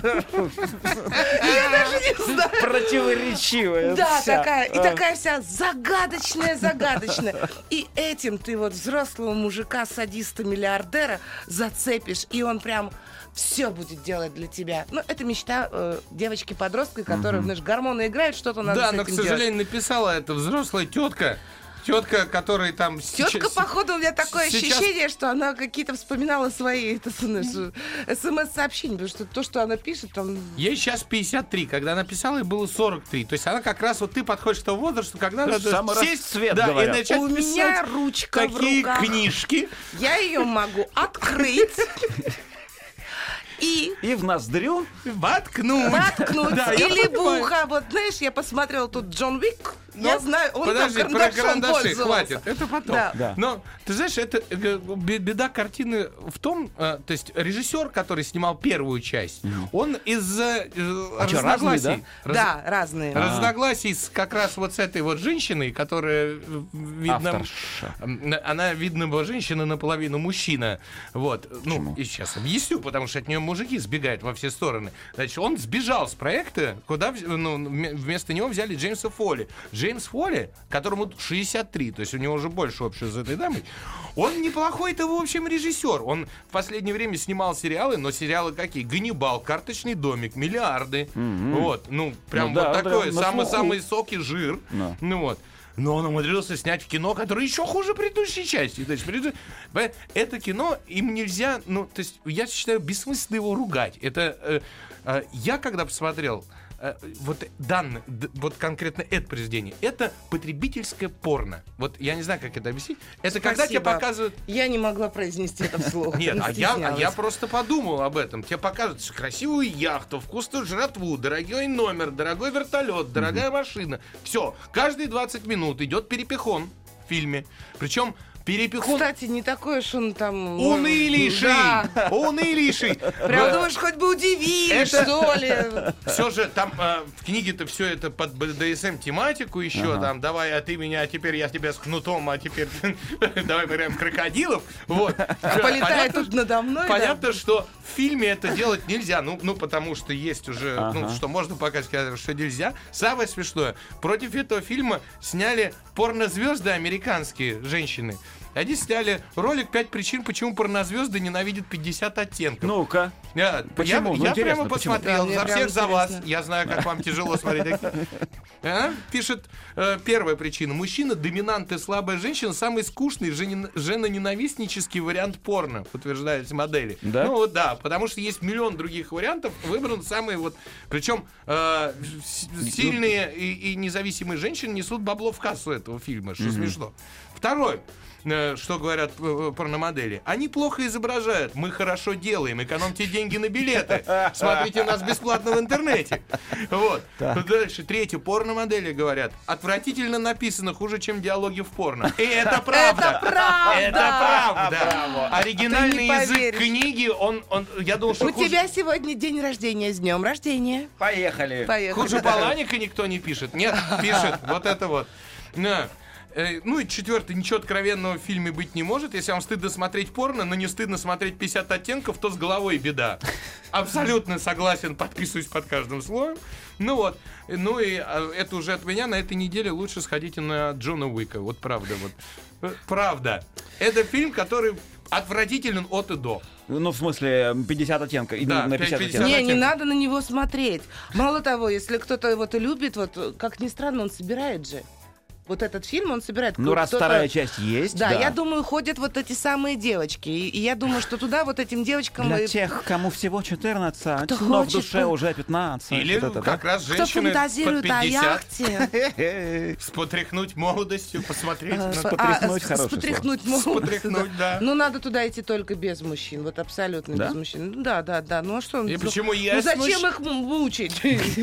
Speaker 4: Я даже не знаю.
Speaker 2: Противоречивая.
Speaker 4: Да,
Speaker 2: вся.
Speaker 4: такая, и
Speaker 2: А.
Speaker 4: такая вся загадочная, загадочная. И этим ты вот взрослого мужика, садиста-миллиардера зацепишь, и он прям все будет делать для тебя. Ну, это мечта э, девочки-подростка, которая, знаешь, гормоны играют, что-то надо
Speaker 3: Да,
Speaker 4: с
Speaker 3: но,
Speaker 4: этим
Speaker 3: к
Speaker 4: делать.
Speaker 3: сожалению, написала это взрослая тетка. Тетка, которая там...
Speaker 4: Тетка,
Speaker 3: сейчас-
Speaker 4: походу, у меня такое
Speaker 3: сейчас-
Speaker 4: ощущение, что она какие-то вспоминала свои это, знаешь, смс-сообщения, потому что то, что она пишет, там...
Speaker 3: Ей сейчас пятьдесят три, когда она писала, ей было сорок три. То есть она как раз, вот ты подходишь к тому возрасту, когда надо
Speaker 2: Самый
Speaker 3: сесть,
Speaker 2: расцвет,
Speaker 3: да, и
Speaker 2: говорят.
Speaker 3: начать
Speaker 4: У меня
Speaker 3: писать
Speaker 4: ручка в
Speaker 3: такие
Speaker 4: руках.
Speaker 3: книжки.
Speaker 4: Я ее могу открыть и
Speaker 2: И в ноздрю.
Speaker 3: Воткнуть.
Speaker 4: воткнуть.
Speaker 3: Да, я
Speaker 4: Или в
Speaker 3: понимаю.
Speaker 4: ухо. Вот, знаешь, я посмотрела тут Джон Уик. Я
Speaker 3: Ну,
Speaker 4: знаю, он
Speaker 3: Подожди,
Speaker 4: там
Speaker 3: про
Speaker 4: карандашом
Speaker 3: карандаши
Speaker 4: пользовался.
Speaker 3: хватит. Это потом.
Speaker 4: Да.
Speaker 2: Да.
Speaker 3: Но, ты знаешь, это э, бе- беда картины в том, э, то есть режиссер, который снимал первую часть, он из-за э,
Speaker 2: А чё, разные,
Speaker 3: разногласий...
Speaker 2: да?
Speaker 3: раз-
Speaker 4: Да, разные.
Speaker 3: Разногласий с, как раз вот с этой вот женщиной, которая, э, видно...
Speaker 2: Авторша.
Speaker 3: м, Она, видно, была женщина наполовину мужчина. Вот. Ну,
Speaker 2: Почему?
Speaker 3: и сейчас объясню, потому что от нее мужики сбегают во все стороны. Значит, он сбежал с проекта, куда вз- ну, м- вместо него взяли Джеймса Фолли. Джеймс Фолли, которому шестьдесят три, то есть у него уже больше общего с этой дамой, он неплохой-то, в общем, режиссер. Он в последнее время снимал сериалы, но сериалы какие? «Ганнибал», «Карточный домик», «Миллиарды». Вот, ну, прям
Speaker 2: Ну да,
Speaker 3: вот такой,
Speaker 2: прям на
Speaker 3: самый-самый
Speaker 2: слуху.
Speaker 3: соки жир.
Speaker 2: Да.
Speaker 3: Ну вот. Но он умудрился снять в кино, которое еще хуже предыдущей части. То есть, преду- Понимаете, это кино, им нельзя, ну, то есть, я считаю, бессмысленно его ругать. Это, э, э, я когда посмотрел, э, вот данное, д- вот конкретно это произведение, это потребительское порно. Вот я не знаю, как это объяснить. Это когда тебе
Speaker 4: Спасибо.
Speaker 3: показывают...
Speaker 4: Я не могла произнести это вслух.
Speaker 3: Нет, а я, а я
Speaker 4: Стеснялась.
Speaker 3: просто подумал об этом. Тебе показывают красивую яхту, вкусную жратву, дорогой номер, дорогой вертолет, дорогая машина. Все, каждые двадцать минут идет перепихон в фильме. Причем перепихон
Speaker 4: Кстати, не такой уж он там...
Speaker 3: унылейший.
Speaker 4: Да.
Speaker 3: Унылейший.
Speaker 4: Прям думаешь, хоть бы удивили,
Speaker 3: Это-
Speaker 4: что ли.
Speaker 3: Все же там э, в книге-то все это под бэ дэ эс эм тематику еще
Speaker 2: Ага.
Speaker 3: там, давай, а ты меня, а теперь я тебя с кнутом, а теперь давай поиграем в крокодилов. Вот.
Speaker 4: Полетает
Speaker 3: Понятно,
Speaker 4: тут надо мной.
Speaker 3: Понятно, что в фильме это делать нельзя, ну, ну потому что есть уже, ну,
Speaker 2: Ага.
Speaker 3: что можно показать, что нельзя. Самое смешное, против этого фильма сняли порнозвезды американские, женщины. Они сняли ролик «Пять причин, почему порнозвезды ненавидят пятьдесят оттенков».
Speaker 2: Ну-ка.
Speaker 3: Я,
Speaker 2: Почему?
Speaker 3: я,
Speaker 2: Ну,
Speaker 3: я
Speaker 2: интересно,
Speaker 3: прямо
Speaker 2: почему?
Speaker 3: посмотрел,
Speaker 4: Да, мне
Speaker 3: за
Speaker 4: прям
Speaker 3: всех за вас.
Speaker 4: интересно.
Speaker 3: Я знаю, как вам тяжело смотреть. А? Пишет э, первая причина. Мужчина, доминант и слабая женщина, самый скучный жени- женоненавистнический вариант порно, утверждают модели.
Speaker 2: Да?
Speaker 3: Ну вот да, потому что есть миллион других вариантов, выбран самый вот... Причем э, с- сильные и, и независимые женщины несут бабло в кассу этого фильма, что смешно. Второй. э, Что говорят э, порномодели? Они плохо изображают. Мы хорошо делаем. Экономьте деньги на билеты. Смотрите нас бесплатно в интернете. Вот. Дальше. Третью. Порномодели говорят. Отвратительно написано, хуже, чем диалоги в порно. И это правда.
Speaker 4: Это правда.
Speaker 3: Это правда. Оригинальный
Speaker 4: Ты не
Speaker 3: язык
Speaker 4: поверишь.
Speaker 3: книги, он, он, я думал, что
Speaker 4: У
Speaker 3: хуже,
Speaker 4: тебя сегодня день рождения. С днем рождения.
Speaker 2: Поехали.
Speaker 4: Поехали.
Speaker 3: хуже Паланика никто не пишет. Нет, пишет. Вот это вот. На. Э, Ну и четвертый, ничего откровенного в фильме быть не может. Если вам стыдно смотреть порно, но не стыдно смотреть пятьдесят оттенков, то с головой беда. Абсолютно согласен, подписываюсь под каждым словом. Ну вот, ну и а, это уже от меня. На этой неделе лучше сходите на Джона Уика. Вот правда, вот. Э, Правда. Это фильм, который отвратителен от и до.
Speaker 2: Ну, в смысле, пятьдесят оттенков. и
Speaker 3: Да,
Speaker 2: на пятьдесят
Speaker 3: пятьдесят.
Speaker 2: оттенков.
Speaker 4: Не, не
Speaker 3: оттенков.
Speaker 4: надо на него смотреть. Мало того, если кто-то его и любит, вот как ни странно, он собирает же. Вот этот фильм он собирает.
Speaker 2: Ну, раз
Speaker 4: Кто-то-
Speaker 2: вторая часть есть,
Speaker 4: Да,
Speaker 2: да.
Speaker 4: я думаю, ходят вот эти самые девочки. И, и я думаю, что туда вот этим девочкам...
Speaker 2: Для
Speaker 4: и-
Speaker 2: тех, кому всего четырнадцать,
Speaker 4: Кто
Speaker 2: но в
Speaker 4: хочет,
Speaker 2: душе
Speaker 4: кто-
Speaker 2: уже пятнадцать.
Speaker 3: Или
Speaker 2: Вот это,
Speaker 3: как
Speaker 2: да?
Speaker 3: раз
Speaker 4: Кто
Speaker 3: женщины под
Speaker 4: фантазирует о
Speaker 3: пятьдесят.
Speaker 4: яхте.
Speaker 3: Потряхнуть молодостью, посмотреть.
Speaker 4: А,
Speaker 3: на-
Speaker 2: Потряхнуть
Speaker 4: с-
Speaker 2: хорошее
Speaker 4: Спотряхнуть молодость,
Speaker 3: Потряхнуть, да.
Speaker 4: Ну, надо туда идти только без мужчин. Вот абсолютно
Speaker 2: Да?
Speaker 4: без мужчин. Ну, Да, да, да. Ну, а что?
Speaker 3: И
Speaker 4: ну,
Speaker 3: почему
Speaker 4: ну,
Speaker 3: есть
Speaker 4: зачем
Speaker 3: мужч-
Speaker 4: их м- мучить?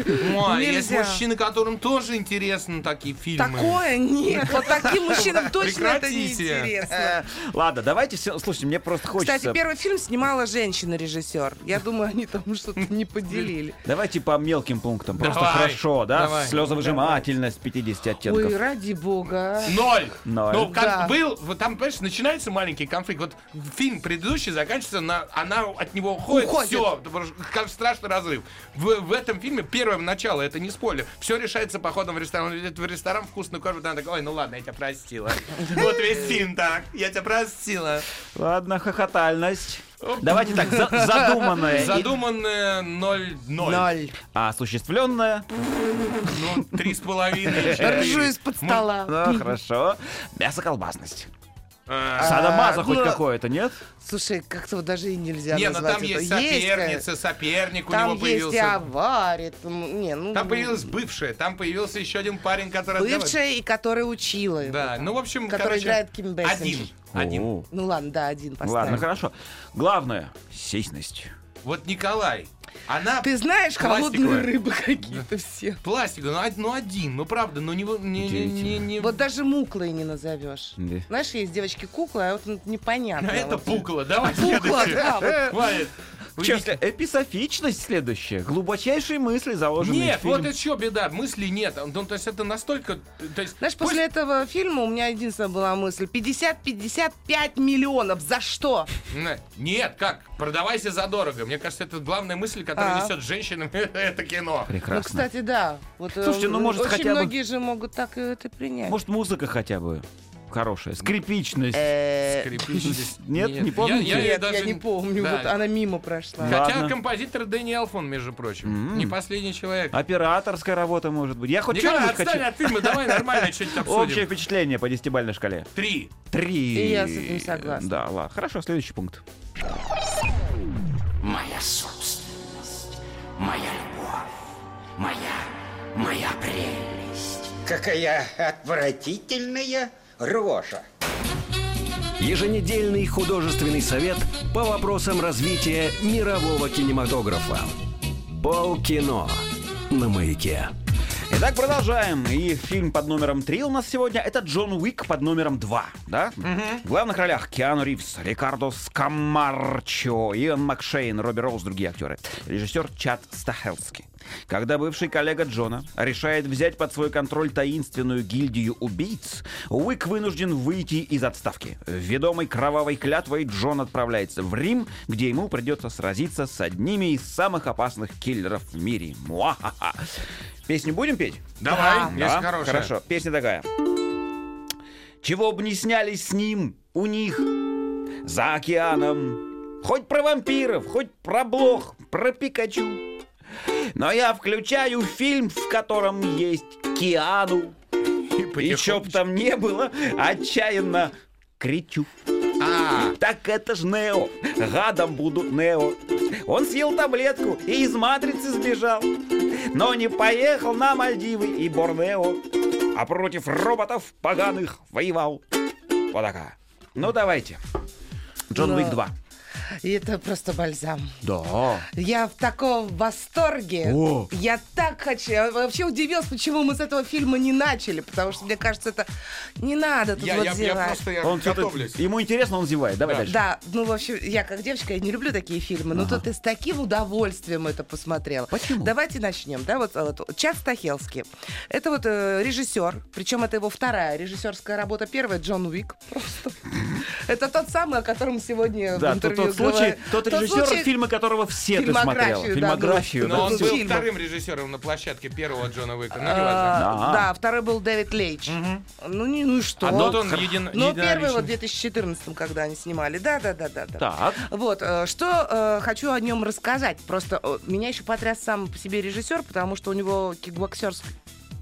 Speaker 3: Ой, есть
Speaker 4: Нельзя.
Speaker 3: мужчины, которым тоже интересны такие фильмы.
Speaker 4: Такое нет. Вот таким мужчинам точно это не
Speaker 3: Прекратите.
Speaker 4: интересно.
Speaker 2: Ладно, давайте все. Слушайте, мне просто хочется.
Speaker 4: Кстати, первый фильм снимала женщина-режиссер. Я думаю, они там что-то не поделили.
Speaker 2: Давайте по мелким пунктам. Просто
Speaker 3: Давай,
Speaker 2: хорошо, да?
Speaker 3: давай.
Speaker 2: Слезовыжимательность пятьдесят оттенков.
Speaker 4: Ой, ради бога.
Speaker 3: Ноль.
Speaker 2: Ноль.
Speaker 3: Ну, как
Speaker 4: Да.
Speaker 3: был, вот там, понимаешь, начинается маленький конфликт. Вот фильм предыдущий заканчивается на, она от него уходит,
Speaker 4: Уходит.
Speaker 3: все, как страшный разрыв. В, в этом фильме первое начало, это не спойлер, все решается походом в ресторан. Он идет в ресторан, вкусную кормят, она такая, ой, ну ладно, я тебя простила. Вот весь фильм так, я тебя простила.
Speaker 2: Ладно, хохотальность. Давайте так, за- задуманное, и-
Speaker 3: Задуманное ноль ноль.
Speaker 4: Ноль.
Speaker 2: а осуществленное.
Speaker 3: Ну, три с половиной.
Speaker 4: Ржу из-под стола.
Speaker 2: Ну, хорошо. Мясоколбасность.
Speaker 3: А,
Speaker 2: Садомаза хоть
Speaker 4: ну,
Speaker 2: какое-то, нет?
Speaker 4: Слушай, как-то вот даже и нельзя
Speaker 3: Не, ну
Speaker 4: назвать
Speaker 3: там
Speaker 4: это.
Speaker 3: есть
Speaker 4: Есть,
Speaker 3: соперница, соперник у
Speaker 4: Там
Speaker 3: него
Speaker 4: есть и
Speaker 3: появился.
Speaker 4: авария. там, Не, ну,
Speaker 3: Там появилась бывшая, там появился еще один парень, который...
Speaker 4: бывшая, и которая учила его.
Speaker 3: Да, ну, в общем,
Speaker 4: Который
Speaker 3: короче,
Speaker 4: играет Ким Бейсингер.
Speaker 3: один. Один.
Speaker 2: О,
Speaker 4: Ну ладно, да, один поставим.
Speaker 2: Ладно, хорошо. Главное — сесть.
Speaker 3: Вот Николай, она
Speaker 4: Ты знаешь,
Speaker 3: пластиковая.
Speaker 4: холодные рыбы какие-то все.
Speaker 3: Пластиковая, ну, од- ну один, ну правда, ну не... не, не, не, не-
Speaker 4: Вот даже муклой не назовешь.
Speaker 2: Да.
Speaker 4: Знаешь, есть девочки-куклы, а вот ну, непонятно.
Speaker 3: А это
Speaker 4: вот.
Speaker 3: пукла, давай
Speaker 4: Пукла,
Speaker 3: следующее.
Speaker 4: да, вот.
Speaker 3: Хватит. Вы
Speaker 2: Чё,
Speaker 3: видите?
Speaker 2: эписофичность следующая. Глубочайшие мысли, заложенные
Speaker 3: Нет,
Speaker 2: в фильм.
Speaker 3: вот это что беда, мыслей нет. Ну, то есть это настолько... То есть,
Speaker 4: Знаешь, после этого фильма у меня единственная была мысль. пятьдесят пятьдесят пять миллионов. За что?
Speaker 3: Н- Нет, как? Продавайся задорого. Мне кажется, это главная мысль, которая
Speaker 4: А.
Speaker 3: несет женщинам это кино.
Speaker 2: Прекрасно.
Speaker 4: Ну, кстати, да. Вот, э,
Speaker 2: Слушайте, ну, может,
Speaker 4: очень
Speaker 2: хотя бы-
Speaker 4: многие же могут так и это принять.
Speaker 2: Может, музыка хотя бы хорошая. Скрипичность.
Speaker 4: Э,
Speaker 3: Скрипичность.
Speaker 2: Нет, не помните?
Speaker 3: Я, я,
Speaker 4: Нет,
Speaker 3: даже...
Speaker 4: я не помню.
Speaker 3: Да.
Speaker 4: Вот она мимо прошла.
Speaker 2: Да.
Speaker 3: Хотя
Speaker 2: Ладно.
Speaker 3: композитор Дэнни Алфон, между прочим.
Speaker 2: М.
Speaker 3: Не последний человек.
Speaker 2: Операторская работа, может быть. Я хоть
Speaker 3: Николай,
Speaker 2: что-нибудь
Speaker 3: отстань
Speaker 2: хочу.
Speaker 3: от фильма, давай нормально что-нибудь
Speaker 2: Общее
Speaker 3: обсудим.
Speaker 2: впечатление по десятибалльной шкале.
Speaker 3: Три.
Speaker 2: Три.
Speaker 4: И я с этим согласна.
Speaker 2: Да, ладно. Хорошо, следующий пункт.
Speaker 7: Моя собственность, моя любовь,
Speaker 8: моя, моя прелесть.
Speaker 7: Какая отвратительная рожа.
Speaker 1: Еженедельный художественный совет по вопросам развития мирового кинематографа. Полкино на Маяке.
Speaker 2: Итак, продолжаем. И фильм под номером три у нас сегодня — это «Джон Уик» под номером два, да? В главных ролях Киану Ривз, Рикардо Скамарчо, Иэн Макшейн, Робби Роуз, другие актеры. Режиссер Чад Стахелски. Когда бывший коллега Джона решает взять под свой контроль таинственную гильдию убийц, Уик вынужден выйти из отставки. Ведомый кровавой клятвой Джон отправляется в Рим, где ему придется сразиться с одними из самых опасных киллеров в мире. Муа-ха-ха. Песню будем петь?
Speaker 3: Давай,
Speaker 2: да,
Speaker 3: есть хорошая.
Speaker 2: Хорошо, песня такая. Чего бы ни снялись с ним у них за океаном, хоть про вампиров, хоть про блох, про Пикачу, но я включаю фильм, в котором есть Киану, и, и чё б там не было, отчаянно кричу. А, так это ж Нео, гадом буду Нео. Он съел таблетку и из матрицы сбежал, но не поехал на Мальдивы и Борнео, а против роботов поганых воевал. Вот такая. Ну давайте. Джон Уик два.
Speaker 4: И это просто бальзам.
Speaker 2: Да.
Speaker 4: Я в таком восторге.
Speaker 2: О.
Speaker 4: Я так хочу. Я вообще удивилась, почему мы с этого фильма не начали. Потому что, мне кажется, это не надо тут
Speaker 3: Я,
Speaker 4: вот
Speaker 3: я, я
Speaker 4: зевать.
Speaker 3: просто я
Speaker 2: Он что-то-
Speaker 3: готовлюсь.
Speaker 2: ему интересно, он зевает. Давай
Speaker 3: Да.
Speaker 2: дальше.
Speaker 4: Да, ну, в общем, я как девочка, я не люблю такие фильмы, но тут и с таким удовольствием это посмотрела.
Speaker 2: Почему?
Speaker 4: Давайте начнем, да, вот, вот Чад Стахелски. Это вот э, режиссер, причем это его вторая режиссерская работа, первая Джон Уик. Просто. Это тот самый, о котором сегодня
Speaker 2: Да,
Speaker 4: в
Speaker 2: тот,
Speaker 4: интервью
Speaker 2: тот случай,
Speaker 4: говорю.
Speaker 2: тот режиссер,
Speaker 4: случай-
Speaker 2: фильмы которого все ты смотрела.
Speaker 4: Фильмографию, да,
Speaker 2: Фильмографию.
Speaker 3: Но
Speaker 2: да.
Speaker 3: он был
Speaker 4: фильмов.
Speaker 3: вторым режиссером на площадке первого Джона Уика. Ну,
Speaker 4: А,
Speaker 3: неважно.
Speaker 2: Да.
Speaker 4: Да, второй был Дэвид Лейч. Ну, не, ну и что?
Speaker 3: А тот он един,
Speaker 4: Ну, первый
Speaker 3: единоличный.
Speaker 4: вот в две тысячи четырнадцатом, когда они снимали. Да, да, да, да, да.
Speaker 2: Так.
Speaker 4: Вот, э, что э, хочу о нем рассказать. Просто э, меня еще потряс сам по себе режиссер, потому что у него кикбоксерское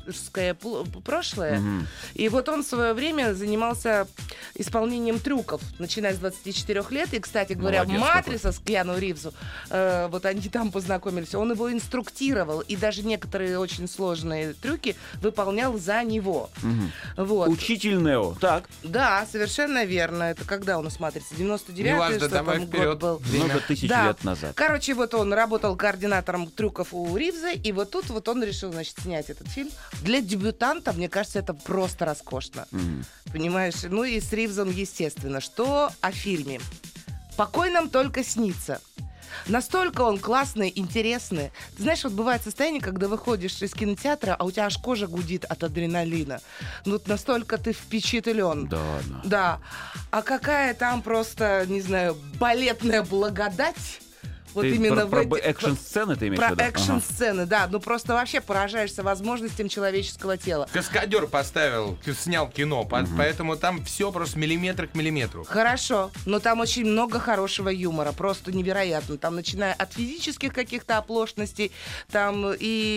Speaker 4: пл- прошлое.
Speaker 2: Мгм.
Speaker 4: И вот он в свое время занимался исполнением трюков, начиная с двадцати четырёх лет. И, кстати говоря,
Speaker 2: Молодец
Speaker 4: в «Матрице» с Киану Ривзу, э, вот они там познакомились, он его инструктировал, и даже некоторые очень сложные трюки выполнял за него.
Speaker 2: Мгм.
Speaker 4: Вот.
Speaker 2: Учитель Нео. Так.
Speaker 4: Да, совершенно верно. Это когда у нас «Матрица»? девяносто девятый,
Speaker 3: Неважно,
Speaker 4: что
Speaker 3: давай
Speaker 4: там
Speaker 3: вперед.
Speaker 4: год был.
Speaker 3: Время.
Speaker 2: Много тысяч
Speaker 4: Да.
Speaker 2: лет назад.
Speaker 4: Короче, вот он работал координатором трюков у Ривза, и вот тут вот он решил, значит, снять этот фильм. Для дебютанта, мне кажется, это просто роскошно.
Speaker 2: Мгм.
Speaker 4: Понимаешь? Ну и с Ривзом, естественно. Что о фильме? «Покой нам только снится». Настолько он классный, интересный. Ты знаешь, вот бывает состояние, когда выходишь из кинотеатра, а у тебя аж кожа гудит от адреналина. Ну, вот настолько ты впечатлен.
Speaker 2: Да ладно.
Speaker 4: Да. А какая там просто, не знаю, балетная благодать. Вот
Speaker 2: Ты
Speaker 4: именно
Speaker 2: про,
Speaker 4: в
Speaker 2: про
Speaker 4: эти-
Speaker 2: экшн-сцены ты имеешь в
Speaker 4: Про
Speaker 2: виду? Ага.
Speaker 4: экшн-сцены, да. Ну просто вообще поражаешься возможностям человеческого тела.
Speaker 3: Каскадер поставил, снял кино, по- поэтому там все просто миллиметр к миллиметру.
Speaker 4: Хорошо, но там очень много хорошего юмора, просто невероятно. Там, начиная от физических каких-то оплошностей, там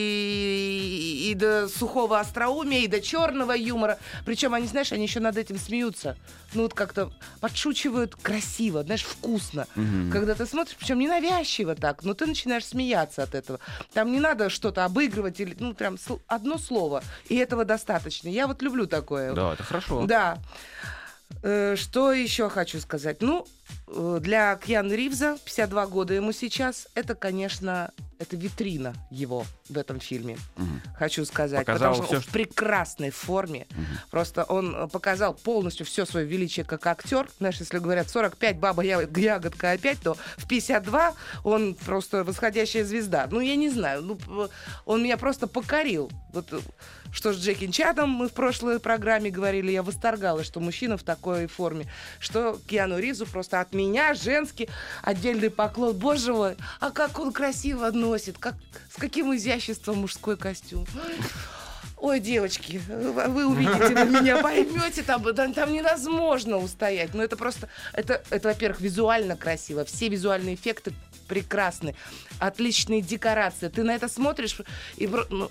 Speaker 4: и, и до сухого остроумия, и до черного юмора. Причем они, знаешь, они еще над этим смеются. Ну вот как-то подшучивают красиво, знаешь, вкусно. Когда ты смотришь, причем ненавязчиво так, но ты начинаешь смеяться от этого. Там не надо что-то обыгрывать или, ну, прям сл- одно слово, и этого достаточно. Я вот люблю такое.
Speaker 2: Да, это хорошо.
Speaker 4: Да. Э, Что еще хочу сказать? Ну, э, для Киану Ривза, пятьдесят два года ему сейчас, это, конечно, это витрина его в этом фильме, хочу сказать.
Speaker 2: Показал
Speaker 4: потому что
Speaker 2: всё,
Speaker 4: он в
Speaker 2: что-
Speaker 4: прекрасной форме. Просто он э, показал полностью все свое величие как актер. Знаешь, если говорят сорок пять, баба я- ягодка опять, то в пятьдесят два он просто восходящая звезда. Ну, я не знаю, ну, п- он меня просто покорил. Вот э, что с Джеки Чадом мы в прошлой программе говорили, я восторгалась, что мужчина в такой форме, что Киану Ривзу просто от меня женский отдельный поклон. Боже мой, а как он красиво носит, как, с каким изяществом мужской костюм. Ой, девочки, вы увидите, вы меня поймете, там, там, там невозможно устоять. Но это просто, это, это, во-первых, визуально красиво. Все визуальные эффекты прекрасный, отличные декорации. Ты на это смотришь и... Ну,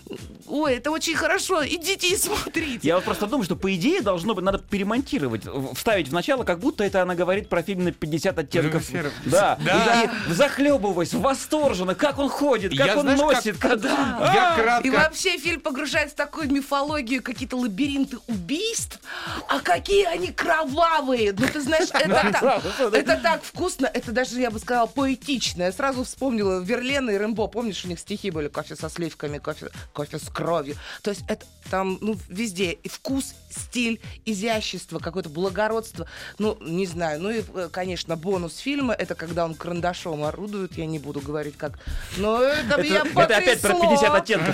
Speaker 4: ой, это очень хорошо, идите и смотрите.
Speaker 2: Я вот просто думаю, что по идее должно быть, надо перемонтировать, вставить в начало, как будто это она говорит про фильм на пятьдесят оттенков. Да,
Speaker 3: да.
Speaker 2: И, и захлебываясь, восторженно, как он ходит, как
Speaker 3: Я,
Speaker 2: он
Speaker 3: знаешь,
Speaker 2: носит.
Speaker 3: как...
Speaker 2: Как...
Speaker 4: Да.
Speaker 3: Я кратко...
Speaker 4: И вообще фильм погружается в такую мифологию, какие-то лабиринты убийств, а какие они кровавые. Ну, ты знаешь, это так, это так вкусно, это даже, я бы сказала, поэтично. Я сразу вспомнила Верлена и Рэмбо. Помнишь, у них стихи были: кофе со сливками, кофе, кофе с кровью. То есть это там, ну, везде и вкус, стиль, изящество, какое-то благородство. Ну, не знаю. Ну и, конечно, бонус фильма — это когда он карандашом орудует. Я не буду говорить, как... Но это меня потрясло.
Speaker 2: Это опять про пятьдесят оттенков.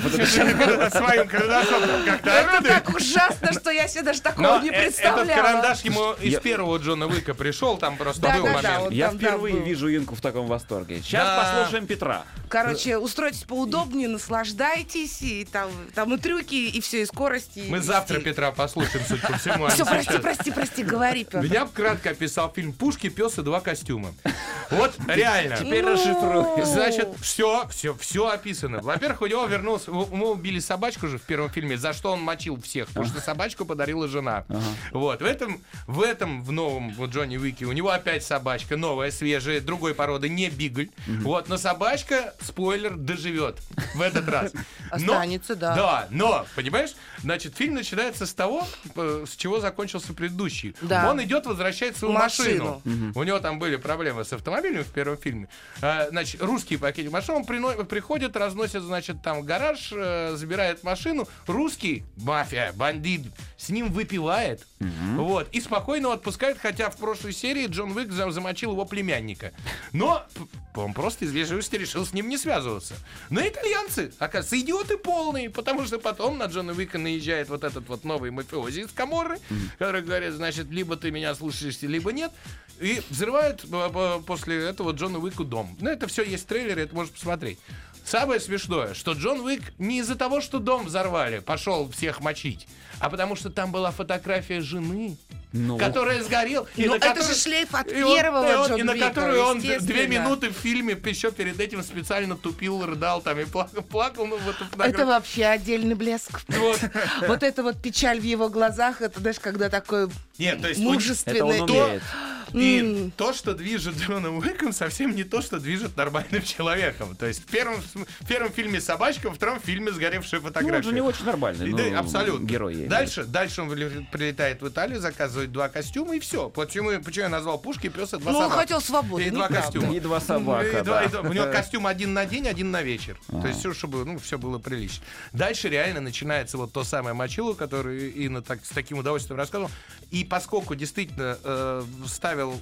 Speaker 3: Своим карандашом как-то
Speaker 4: Это
Speaker 3: орудует.
Speaker 4: так ужасно, что я себе даже такого
Speaker 3: Но
Speaker 4: не
Speaker 3: э-
Speaker 4: представляла.
Speaker 3: этот карандаш ему из первого Джона Уика пришел, там просто
Speaker 4: Да,
Speaker 3: был
Speaker 4: да, да,
Speaker 3: момент.
Speaker 4: вот
Speaker 2: Я
Speaker 4: там,
Speaker 2: впервые
Speaker 4: да, был.
Speaker 2: вижу Инку в таком восторге. Сейчас
Speaker 3: Да.
Speaker 2: послушаем Петра.
Speaker 4: Короче, устройтесь поудобнее, наслаждайтесь, и там, там и трюки, и все, и скорости.
Speaker 3: Мы
Speaker 4: и
Speaker 3: завтра
Speaker 4: стиль.
Speaker 3: Петра послушаем, судя по всему. а
Speaker 4: Все,
Speaker 3: не
Speaker 4: прости,
Speaker 3: сейчас.
Speaker 4: прости, прости, говори, Петр.
Speaker 3: Меня кратко описал фильм «Пушки, пес и два костюма». Вот реально.
Speaker 2: Теперь
Speaker 4: Ну.
Speaker 2: расшифруй.
Speaker 3: Значит, все, все, все описано. Во-первых, у него вернулся, у- ему убили собачку же в первом фильме, за что он мочил всех, потому что собачку подарила жена. Вот, в этом, в этом, в новом вот Джонни Уике у него опять собачка, новая, свежая, другой породы, не бигль. Вот, но собачка, спойлер, доживет в этот раз. Но-
Speaker 4: Останется, да.
Speaker 3: Да, но, понимаешь, значит, фильм начинается с того, э, с чего закончился предыдущий.
Speaker 4: Да.
Speaker 3: Он идет, возвращает свою
Speaker 4: Машину.
Speaker 3: машину. У него там были проблемы с автомобилем в первом фильме. А, значит, русский пакетик машины, он прино- приходит, разносит, значит, там гараж, э, забирает машину. Русский, мафия, бандит, с ним выпивает. Вот, и спокойно его отпускает, хотя в прошлой серии Джон Уик зам- замочил его племянника. Но п- он просто из вежливости решил с ним не связываться. Но итальянцы, оказывается, идиоты полные, потому что потом на Джона Уика наезжает вот этот вот новый мафиози из Каморры, который говорит, значит, либо ты меня слушаешься, либо нет. И взрывают э, э, после этого Джона Уику дом. Ну, это все есть в трейлере, это можно посмотреть. Самое смешное, что Джон Уик не из-за того, что дом взорвали, пошел всех мочить, а потому что там была фотография жены,
Speaker 2: Ну.
Speaker 3: которая сгорела. и
Speaker 4: Ну,
Speaker 3: на
Speaker 4: это
Speaker 3: которой-
Speaker 4: же шлейф от
Speaker 3: и он-
Speaker 4: первого
Speaker 3: и он-
Speaker 4: Джон
Speaker 3: И на
Speaker 4: Уика,
Speaker 3: которую он д-
Speaker 4: естественно.
Speaker 3: две минуты в фильме еще перед этим специально тупил, рыдал там и плакал, плакал ну, в эту фотографию.
Speaker 4: Это вообще отдельный блеск.
Speaker 3: Вот.
Speaker 4: Вот это вот печаль в его глазах, это, знаешь, когда такой
Speaker 3: Нет, то есть он-
Speaker 4: мужественный.
Speaker 2: Это он
Speaker 3: То-
Speaker 2: умеет.
Speaker 3: И
Speaker 4: М.
Speaker 3: то, что движет Джоном Уиком, совсем не то, что движет нормальным человеком. То есть в первом, в первом фильме собачка, во втором фильме сгоревшая
Speaker 2: Ну,
Speaker 3: фотография.
Speaker 2: он же не очень нормальный.
Speaker 3: И
Speaker 2: ну,
Speaker 3: да, абсолютно.
Speaker 2: Герой. я
Speaker 3: Дальше, дальше он выле- прилетает в Италию, заказывает два костюма и все. Почему, почему я назвал «Пушки, пес и два
Speaker 4: Ну, он
Speaker 3: собаки».
Speaker 4: хотел свободы,
Speaker 3: И два
Speaker 4: неправда.
Speaker 3: костюма.
Speaker 2: И два собака,
Speaker 3: И два-
Speaker 2: да.
Speaker 3: и два- У него костюм один на день, один на вечер. То есть все, чтобы ну, все было прилично. Дальше реально начинается вот то самое мочило, которое Инна так, с таким удовольствием рассказывал. И поскольку действительно э, ставил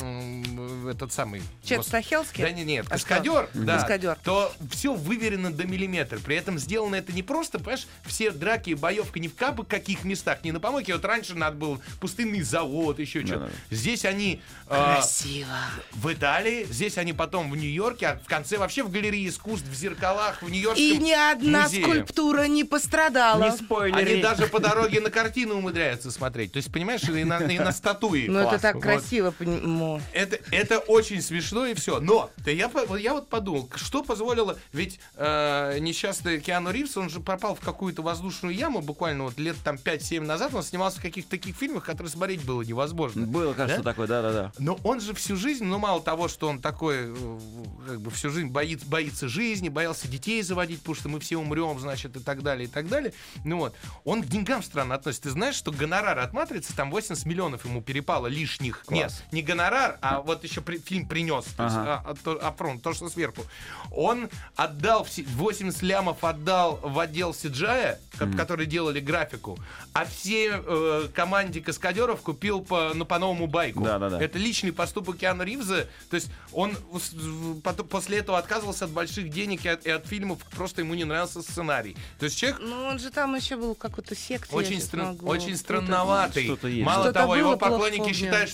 Speaker 3: м, этот самый...
Speaker 4: Чет
Speaker 3: гос-
Speaker 4: Стахелский?
Speaker 3: Да нет, нет,
Speaker 4: А что?
Speaker 3: каскадер, да,
Speaker 4: Каскадер.
Speaker 3: то все выверено до миллиметра. При этом сделано это не просто, понимаешь, все драки и боевка не в кабы каких местах, не на помойке. Вот раньше надо был пустынный завод, еще что-то. Здесь они... э,
Speaker 4: Красиво.
Speaker 3: в Италии, здесь они потом в Нью-Йорке, а в конце вообще в галерее искусств, в зеркалах, в Нью-Йоркском
Speaker 4: И ни одна
Speaker 3: музее.
Speaker 4: скульптура не пострадала.
Speaker 2: Не спойлери.
Speaker 3: Они даже по дороге на картину умудряются смотреть. То есть, понимаешь, и на, и на статуи.
Speaker 4: Ну, это
Speaker 3: Класс.
Speaker 4: так
Speaker 3: Вот.
Speaker 4: красиво. поним-
Speaker 3: Это, это очень смешно и все. Но да я, по- вот я вот подумал, что позволило... Ведь э, несчастный Киану Ривз, он же попал в какую-то воздушную яму буквально вот лет там пять-семь назад. Он снимался в каких-то таких фильмах, которые смотреть было невозможно.
Speaker 2: Было, кажется,
Speaker 3: Да?
Speaker 2: такое, да-да-да.
Speaker 3: Но он же всю жизнь, ну мало того, что он такой, э, как бы всю жизнь боится, боится жизни, боялся детей заводить, потому что мы все умрем, значит, и так далее, и так далее. Ну вот, он к деньгам странно относится. Ты знаешь, что гонорар от «Матрицы» там восемьдесят миллионов ему перепало лишних.
Speaker 2: Класс.
Speaker 3: Нет, не гонорар, а вот еще при- фильм принес, то есть,
Speaker 2: Ага.
Speaker 3: а, а, то, апфронт, то, что сверху. Он отдал, все- восемьдесят лямов отдал в отдел си джи ай, ко- которые делали графику, а все э, команде каскадеров купил по, ну, по новому байку.
Speaker 2: Да-да-да.
Speaker 3: Это личный поступок Киану Ривза. То есть он ус- в- потом- после этого отказывался от больших денег и от, и от фильмов, просто ему не нравился сценарий. То есть человек
Speaker 4: Ну, он же там еще был какой-то секте. я
Speaker 3: очень,
Speaker 4: щас
Speaker 3: стран-
Speaker 4: могу
Speaker 3: очень
Speaker 4: путать.
Speaker 3: странноватый.
Speaker 2: Что-то есть.
Speaker 3: Мало
Speaker 4: Что-то
Speaker 3: того, его
Speaker 4: было, плохо
Speaker 3: поклонники
Speaker 4: помню.
Speaker 3: считают, что он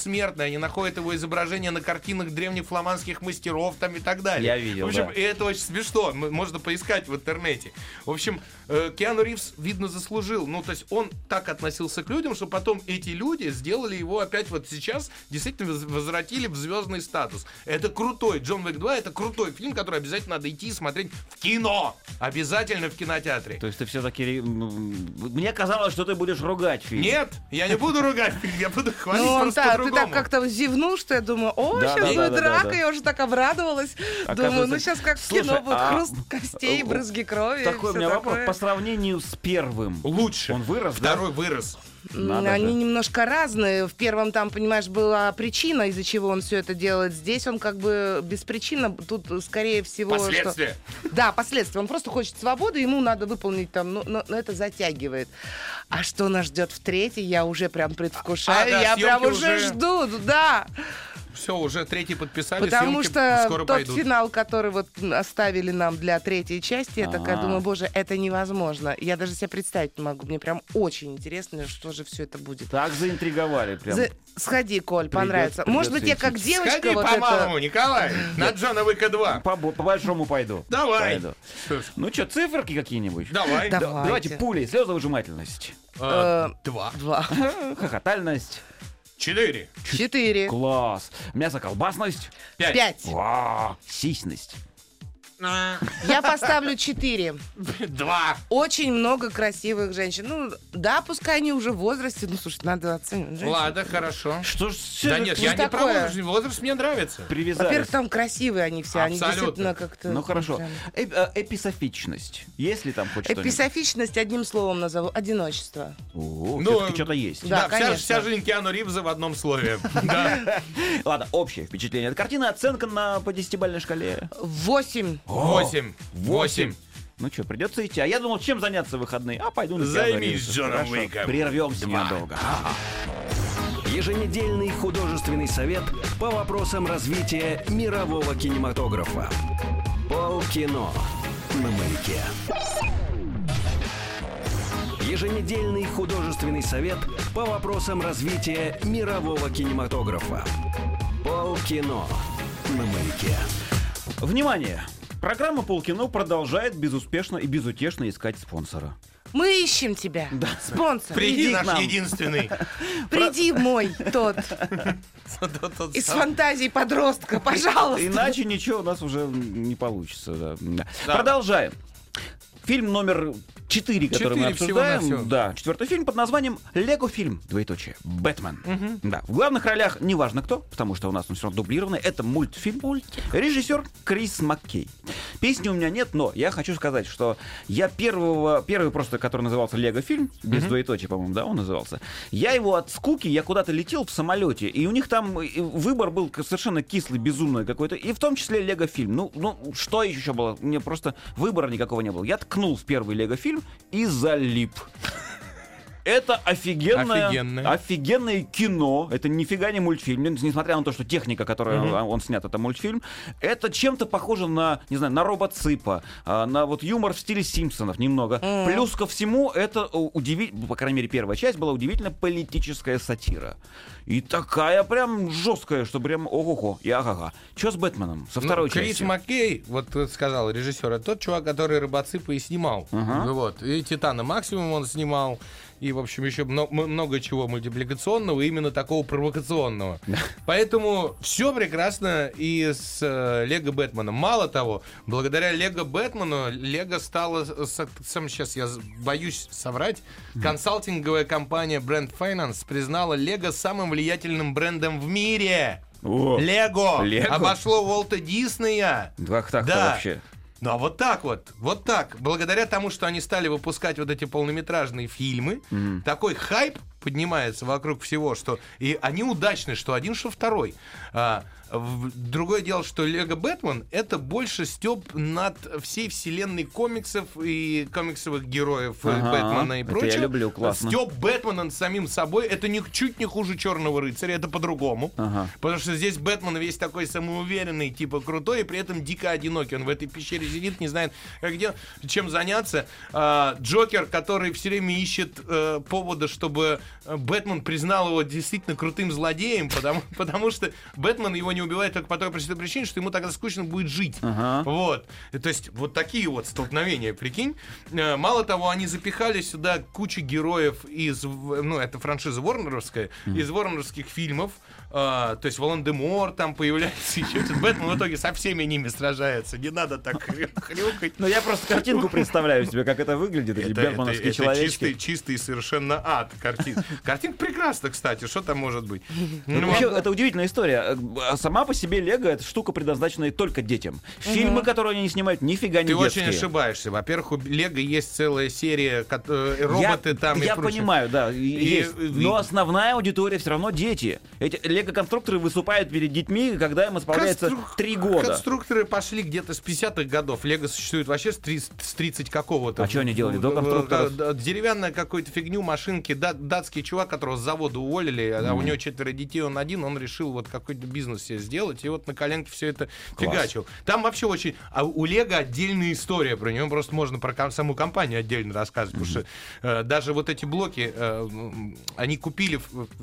Speaker 3: бессмертный. Они находят его изображение на картинах древних фламандских мастеров там и так далее.
Speaker 2: Я видел,
Speaker 3: В общем,
Speaker 2: да.
Speaker 3: и это очень смешно. М- Можно поискать в интернете. В общем, э, Киану Ривз, видно, заслужил. Ну, то есть он так относился к людям, что потом эти люди сделали его опять вот сейчас, действительно воз- возвратили в звездный статус. Это крутой. Джон Уик два — это крутой фильм, который обязательно надо идти и смотреть в кино. Обязательно в кинотеатре.
Speaker 2: То есть ты все-таки... Мне казалось, что ты будешь ругать фильм.
Speaker 3: Нет, я не буду ругать фильм, я буду хвалить
Speaker 4: Ну, он
Speaker 3: просто
Speaker 4: так, ты
Speaker 3: по-другому.
Speaker 4: так как-то зевнул, что я думаю, о,
Speaker 2: Да,
Speaker 4: сейчас
Speaker 2: да,
Speaker 4: будет
Speaker 2: да, да,
Speaker 4: драка,
Speaker 2: да.
Speaker 4: я уже так обрадовалась.
Speaker 2: Оказывается-
Speaker 4: Думаю, ну сейчас как в
Speaker 2: Слушай,
Speaker 4: кино будет
Speaker 2: а-
Speaker 4: хруст костей,
Speaker 2: О,
Speaker 4: брызги крови.
Speaker 2: Такой у
Speaker 4: всё
Speaker 2: меня вопрос.
Speaker 4: такое.
Speaker 2: По сравнению с первым.
Speaker 3: Лучше.
Speaker 2: Он вырос, да?
Speaker 3: Второй вырос.
Speaker 2: Надо
Speaker 4: Они
Speaker 2: же.
Speaker 4: немножко разные. В первом там, понимаешь, была причина, из-за чего он все это делает. Здесь он как бы без причины. Тут, скорее всего... что-
Speaker 3: Последствия.
Speaker 4: Да, последствия. Он просто хочет свободы, ему надо выполнить там, ну, но, но это затягивает. А что нас ждет в третьей, я уже прям предвкушаю.
Speaker 3: А, да,
Speaker 4: я прям
Speaker 3: съемки
Speaker 4: уже
Speaker 3: уже-
Speaker 4: жду, да.
Speaker 3: Все, уже третий подписали,
Speaker 4: Потому
Speaker 3: съемки
Speaker 4: что
Speaker 3: скоро
Speaker 4: тот
Speaker 3: пойдут.
Speaker 4: финал, который вот оставили нам для третьей части, я такая
Speaker 2: А.
Speaker 4: думаю, боже, это невозможно. Я даже себе представить не могу. Мне прям очень интересно, что же все это будет.
Speaker 2: Так заинтриговали прям.
Speaker 4: За- Сходи, Коль,
Speaker 2: Придёт-
Speaker 4: понравится. Может быть, я
Speaker 2: придётся
Speaker 4: как
Speaker 2: идти.
Speaker 4: девочка
Speaker 3: Сходи
Speaker 4: вот
Speaker 3: по-малому,
Speaker 4: это...
Speaker 3: Николай, на Джона Уика два.
Speaker 2: По, по большому пойду.
Speaker 3: Давай.
Speaker 2: Пойду. Ну что, циферки какие-нибудь?
Speaker 3: Давай.
Speaker 4: Да.
Speaker 2: Да-
Speaker 4: Давайте.
Speaker 2: Давайте пули, слезовыжимательность,
Speaker 3: А,
Speaker 4: Э,
Speaker 3: Два.
Speaker 4: Два.
Speaker 2: хохотальность,
Speaker 3: Четыре.
Speaker 4: Четыре.
Speaker 2: класс, мясо-колбасность,
Speaker 3: Пять.
Speaker 4: Пять.
Speaker 2: ва, сисьность.
Speaker 4: Я поставлю четыре.
Speaker 3: Два.
Speaker 4: Очень много красивых женщин. Ну, да, пускай они уже в возрасте. Ну, слушай, надо оценивать женщин.
Speaker 3: Ладно, хорошо.
Speaker 2: Что ж всё
Speaker 3: Да
Speaker 2: это
Speaker 3: нет,
Speaker 4: что
Speaker 3: я не про
Speaker 4: такое?
Speaker 3: возраст. Возраст мне нравится.
Speaker 2: привязались?
Speaker 4: Во-первых, там красивые они все. Они
Speaker 3: Абсолютно.
Speaker 4: действительно как-то...
Speaker 2: Ну хорошо.
Speaker 4: прям-
Speaker 2: Э- э, эписофичность. Есть ли там хоть что-нибудь?
Speaker 4: Эписофичность одним словом назову. Одиночество.
Speaker 2: О,
Speaker 3: Ну,
Speaker 2: всё-таки что-то есть.
Speaker 4: Да,
Speaker 3: Да, вся,
Speaker 4: конечно.
Speaker 3: вся жизнь Киану Ривза в одном слове. Да.
Speaker 2: Ладно, общее впечатление от картины. Оценка на по десятибалльной шкале.
Speaker 4: Восемь.
Speaker 3: Восемь. Восемь.
Speaker 2: Ну что, придется идти. А я думал, чем заняться в выходные? А пойду на
Speaker 3: Займись
Speaker 2: Киану Ривза.
Speaker 3: Джоном
Speaker 2: Хорошо.
Speaker 3: Уиком.
Speaker 2: Прервемся
Speaker 3: Два.
Speaker 2: ненадолго.
Speaker 1: Еженедельный художественный совет по вопросам развития мирового кинематографа. Полкино на маяке. Еженедельный художественный совет по вопросам развития мирового кинематографа. Полкино на маяке.
Speaker 2: Внимание! Программа «Полкино» продолжает безуспешно и безутешно искать спонсора.
Speaker 4: Мы ищем тебя. Спонсор.
Speaker 3: Приди,
Speaker 2: Приди к
Speaker 3: наш
Speaker 2: нам.
Speaker 3: единственный.
Speaker 4: Приди мой тот.
Speaker 3: Тот
Speaker 4: Из
Speaker 3: самый.
Speaker 4: фантазий подростка, пожалуйста.
Speaker 2: Иначе ничего у нас уже не получится. Да. Да.
Speaker 3: Да.
Speaker 2: Продолжаем. Фильм номер четыре, который мы
Speaker 3: Четыре всего
Speaker 2: обсуждаем.
Speaker 3: на всё.
Speaker 2: Да, четвертый фильм под названием «Лего-фильм», двоеточие, «Бэтмен». Да, в главных ролях неважно кто, потому что у нас он все равно дублированный. Это мультфильм. Режиссер Крис Маккей. Песни у меня нет, но я хочу сказать, что я первого, первый просто, который назывался «Лего-фильм», без двоеточия, по-моему, да, он назывался, я его от скуки, я куда-то летел в самолете, и у них там и выбор был совершенно кислый, безумный какой-то, и в том числе «Лего-фильм». Ну, ну, что еще было? Мне просто выбора никакого не было. Я ткнул в первый «Лего-фильм» и залип. Это офигенное,
Speaker 3: Офигенное.
Speaker 2: офигенное кино. Это нифига не мультфильм. Несмотря на то, что техника, которая
Speaker 3: Мгм.
Speaker 2: он снят, это мультфильм. Это чем-то похоже на, не знаю, на Робот Ципа, а, на вот юмор в стиле Симпсонов немного.
Speaker 4: Мгм.
Speaker 2: Плюс ко всему, это удивительно, по крайней мере, первая часть была удивительно политическая сатира. И такая прям жесткая, что прям ого-го и ага-га. Что с Бэтменом? Со
Speaker 3: Ну,
Speaker 2: второй
Speaker 3: Крис
Speaker 2: частью?
Speaker 3: Маккей, вот ты сказал, режиссер, это тот чувак, который «Робоципа» и снимал.
Speaker 2: Ага.
Speaker 3: Ну вот. И «Титана Максимум» он снимал. И, в общем, еще мно- м- много чего мультипликационного, именно такого провокационного. Поэтому все прекрасно и с э, Лего Бэтменом. Мало того, благодаря Лего Бэтмену Лего стала, с- сам сейчас я з- боюсь соврать, консалтинговая компания Brand Finance признала Лего самым влиятельным брендом в мире.
Speaker 2: О,
Speaker 3: Лего
Speaker 2: Лего?
Speaker 3: обошло Уолта Диснея.
Speaker 2: Двах так-то
Speaker 3: Да.
Speaker 2: вообще.
Speaker 3: Ну, а вот так вот, вот так. Благодаря тому, что они стали выпускать вот эти полнометражные фильмы,
Speaker 2: Мгм.
Speaker 3: такой хайп поднимается вокруг всего, что и они удачны, что один, что второй. А, в- другое дело, что Лего Бэтмен — это больше стёб над всей вселенной комиксов и комиксовых героев э,
Speaker 2: Ага,
Speaker 3: Бэтмена и
Speaker 2: это
Speaker 3: прочего.
Speaker 2: я люблю, классно.
Speaker 3: Стёб Бэтмена над самим собой — это ни, чуть не хуже Черного рыцаря, это по-другому.
Speaker 2: Ага.
Speaker 3: Потому что здесь Бэтмен весь такой самоуверенный, типа крутой, и при этом дико одинокий. Он в этой пещере сидит, не знает, как дел- чем заняться. А, Джокер, который все время ищет э, повода, чтобы Бэтмен признал его действительно крутым злодеем, потому, потому что Бэтмен его не убивает только по той простой причине, что ему тогда скучно будет жить. Ага. Вот. То есть вот такие вот столкновения, прикинь. Мало того, они запихали сюда кучу героев из, ну, это франшиза Ворнеровская, mm. из ворнеровских фильмов. Uh, то есть Волан-де-Мор там появляется, еще что-то. Бэтмен в итоге со всеми ними сражается. Не надо так хрюкать.
Speaker 2: Ну, я просто картинку представляю себе, как это выглядит, эти бэтменовские человечки.
Speaker 3: Это чистый совершенно ад картин. Картинка прекрасна, кстати. Что там может быть?
Speaker 2: Вообще, это удивительная история. Сама по себе Лего — это штука, предназначенная только детям. Фильмы, которые они снимают, нифига не детские.
Speaker 3: Ты очень ошибаешься. Во-первых, у Лего есть целая серия роботы там и
Speaker 2: Я понимаю, да, есть. Но основная аудитория все равно дети. Эти лего-конструкторы выступают перед детьми, когда им исполняется три года.
Speaker 3: Конструкторы пошли где-то с пятидесятых годов. Лего существует вообще с тридцать какого-то.
Speaker 2: А что они делали до конструкторов?
Speaker 3: Деревянная какую-то фигню, машинки. Датский чувак, которого с завода уволили, а у него четверо детей, он один, он решил вот какой-то бизнес себе сделать, и вот на коленке все это фигачил. Там вообще очень... А у Лего отдельная история про него, просто можно про саму компанию отдельно рассказывать, потому что даже вот эти блоки, они купили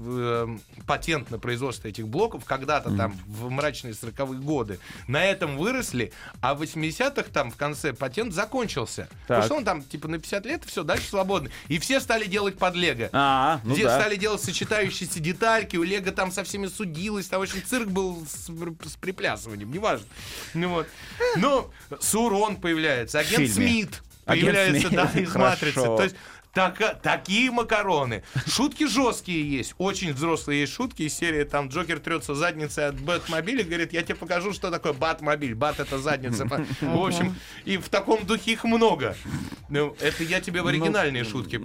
Speaker 3: патент на производство этих блоков когда-то mm. там в мрачные сороковые годы. На этом выросли, а в восьмидесятых там в конце патент закончился. Так. Потому что он там типа на пятьдесят лет и все, дальше свободно. И все стали делать под Лего.
Speaker 2: А, ну
Speaker 3: все
Speaker 2: да.
Speaker 3: стали делать сочетающиеся детальки, у Лего там со всеми судилось, там, в общем, цирк был с, с приплясыванием, неважно. Ну, вот. Но Сурон появляется, агент Смит появляется, агент Смит. Да, из «Матрицы». То есть Так, такие макароны. Шутки жесткие есть. Очень взрослые есть шутки из серии там Джокер трется задницей от Бэтмобиля, говорит, я тебе покажу, что такое Батмобиль. Бат — это задница. В общем, и в таком духе их много. Ну, это я тебе в оригинальные шутки.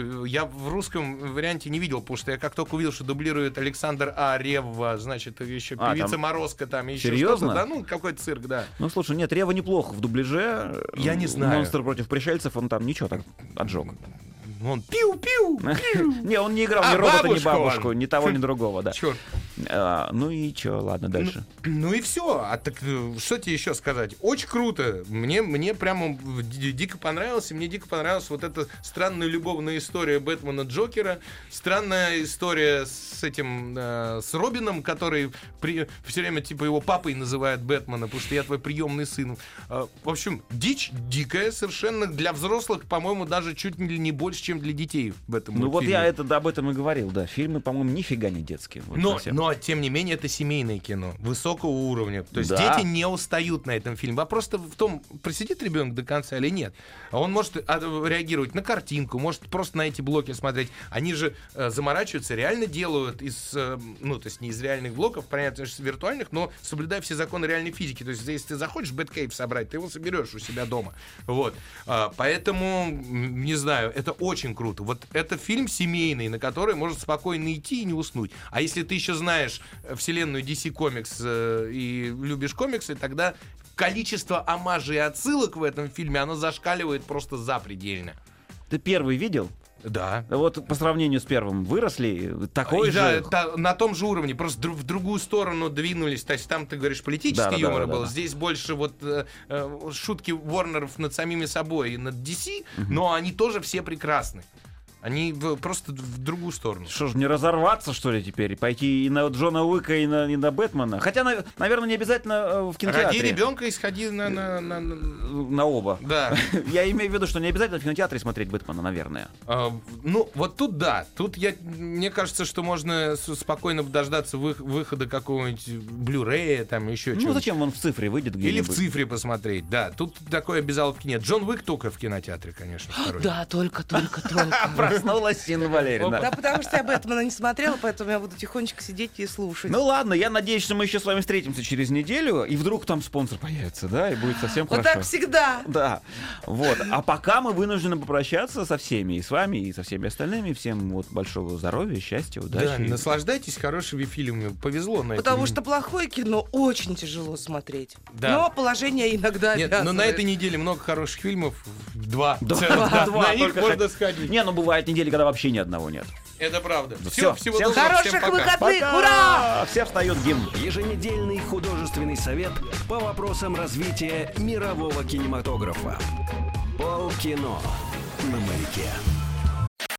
Speaker 3: Я в русском варианте не видел, потому что я как только увидел, что дублирует Александр А. Ревва, значит, еще
Speaker 2: а,
Speaker 3: певица
Speaker 2: там...
Speaker 3: Морозко, там еще
Speaker 2: Серьезно?
Speaker 3: что-то. Да, ну, какой-то цирк, да.
Speaker 2: Ну, слушай, нет, Ревва неплохо в дубляже.
Speaker 3: Я не знаю.
Speaker 2: «Монстр против пришельцев», он там ничего так отжег.
Speaker 3: Он пиу-пиу, пиу.
Speaker 2: Не, он не играл
Speaker 3: а,
Speaker 2: ни робота,
Speaker 3: бабушку,
Speaker 2: ни бабушку, ни того, ни другого, да.
Speaker 3: Черт.
Speaker 2: А, ну и что, ладно, дальше.
Speaker 3: Ну, ну и все. А так что тебе еще сказать? Очень круто. Мне, мне прямо дико понравилось. И мне дико понравилась вот эта странная любовная история Бэтмена Джокера. Странная история с этим, э, с Робином, который при, все время типа его папой называет Бэтмена, потому что я твой приемный сын. Э, в общем, дичь дикая совершенно для взрослых, по-моему, даже чуть ли не больше, чем для детей в этом
Speaker 2: Ну
Speaker 3: мультфильме.
Speaker 2: вот я это, об этом и говорил, да. Фильмы, по-моему, нифига не детские. Вот
Speaker 3: но, но, тем не менее, это семейное кино высокого уровня. То есть
Speaker 2: да.
Speaker 3: дети не устают на этом фильме. Вопрос в том, просидит ребенок до конца или нет. А он может реагировать на картинку, может просто на эти блоки смотреть. Они же э, заморачиваются, реально делают из, э, ну, то есть не из реальных блоков, понятно, что из виртуальных, но соблюдая все законы реальной физики. То есть если ты захочешь Бэткейп собрать, ты его соберешь у себя дома. Вот. А, поэтому, не знаю, это очень круто. Вот это фильм семейный, на который можно спокойно идти и не уснуть. А если ты еще знаешь вселенную ди си Comics э, и любишь комиксы, тогда количество омажей и отсылок в этом фильме, оно зашкаливает просто запредельно.
Speaker 2: Ты первый видел?
Speaker 3: Да.
Speaker 2: Вот по сравнению с первым выросли, такой
Speaker 3: да,
Speaker 2: же...
Speaker 3: та, на том же уровне, просто в другую сторону двинулись. То есть там, ты говоришь, политический
Speaker 2: да, да,
Speaker 3: юмор
Speaker 2: да, да,
Speaker 3: был.
Speaker 2: да.
Speaker 3: Здесь больше вот э, э, шутки Уорнеров над самими собой и над ди си, угу. но они тоже все прекрасны. Они просто в другую сторону.
Speaker 2: Что ж, не разорваться, что ли, теперь? И пойти и на Джона Уика, и на, и на Бэтмена? Хотя, на, наверное, не обязательно в кинотеатре.
Speaker 3: Роди ребенка и сходи на... На, на...
Speaker 2: на оба.
Speaker 3: Да.
Speaker 2: Я имею в виду, что не обязательно в кинотеатре смотреть Бэтмена, наверное.
Speaker 3: А, ну, вот тут да. Тут я, мне кажется, что можно спокойно дождаться вы, выхода какого-нибудь Blu-ray, там еще чего-то.
Speaker 2: Ну, зачем он в цифре выйдет где-нибудь?
Speaker 3: Или в цифре посмотреть, да. Тут такой обязаловки нет. Джон Уик только в кинотеатре, конечно, второй.
Speaker 4: Да, только, только, только.
Speaker 2: Проснулась Инна Валерьевна.
Speaker 4: Да, потому что я Бэтмена не смотрела, поэтому я буду тихонечко сидеть и слушать.
Speaker 2: Ну ладно, я надеюсь, что мы еще с вами встретимся через неделю, и вдруг там спонсор появится, да, и будет совсем
Speaker 4: вот
Speaker 2: хорошо.
Speaker 4: Вот так всегда.
Speaker 2: Да, вот. А пока мы вынуждены попрощаться со всеми, и с вами, и со всеми остальными. Всем вот большого здоровья, счастья, удачи.
Speaker 3: Да, наслаждайтесь хорошими фильмами. Повезло на это.
Speaker 4: Потому что плохое кино очень тяжело смотреть.
Speaker 3: Да.
Speaker 4: Но положение иногда
Speaker 3: Нет,
Speaker 4: обязывает.
Speaker 3: но на этой неделе много хороших фильмов. Два.
Speaker 2: Два.
Speaker 3: Целых, да.
Speaker 2: Два.
Speaker 3: На них
Speaker 2: Только
Speaker 3: можно
Speaker 2: так...
Speaker 3: сходить.
Speaker 2: Не, ну бывают недели, когда вообще ни одного нет.
Speaker 3: Это правда.
Speaker 2: Ну,
Speaker 3: все,
Speaker 2: все.
Speaker 3: всего
Speaker 2: Всем
Speaker 3: доброго.
Speaker 4: хороших
Speaker 3: Всем пока.
Speaker 4: выходных.
Speaker 2: Пока!
Speaker 4: Ура!
Speaker 2: Все встают гимн.
Speaker 1: Еженедельный художественный совет по вопросам развития мирового кинематографа. Полкино на Маяке.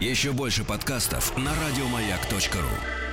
Speaker 1: Еще больше подкастов на радиомаяк точка ру.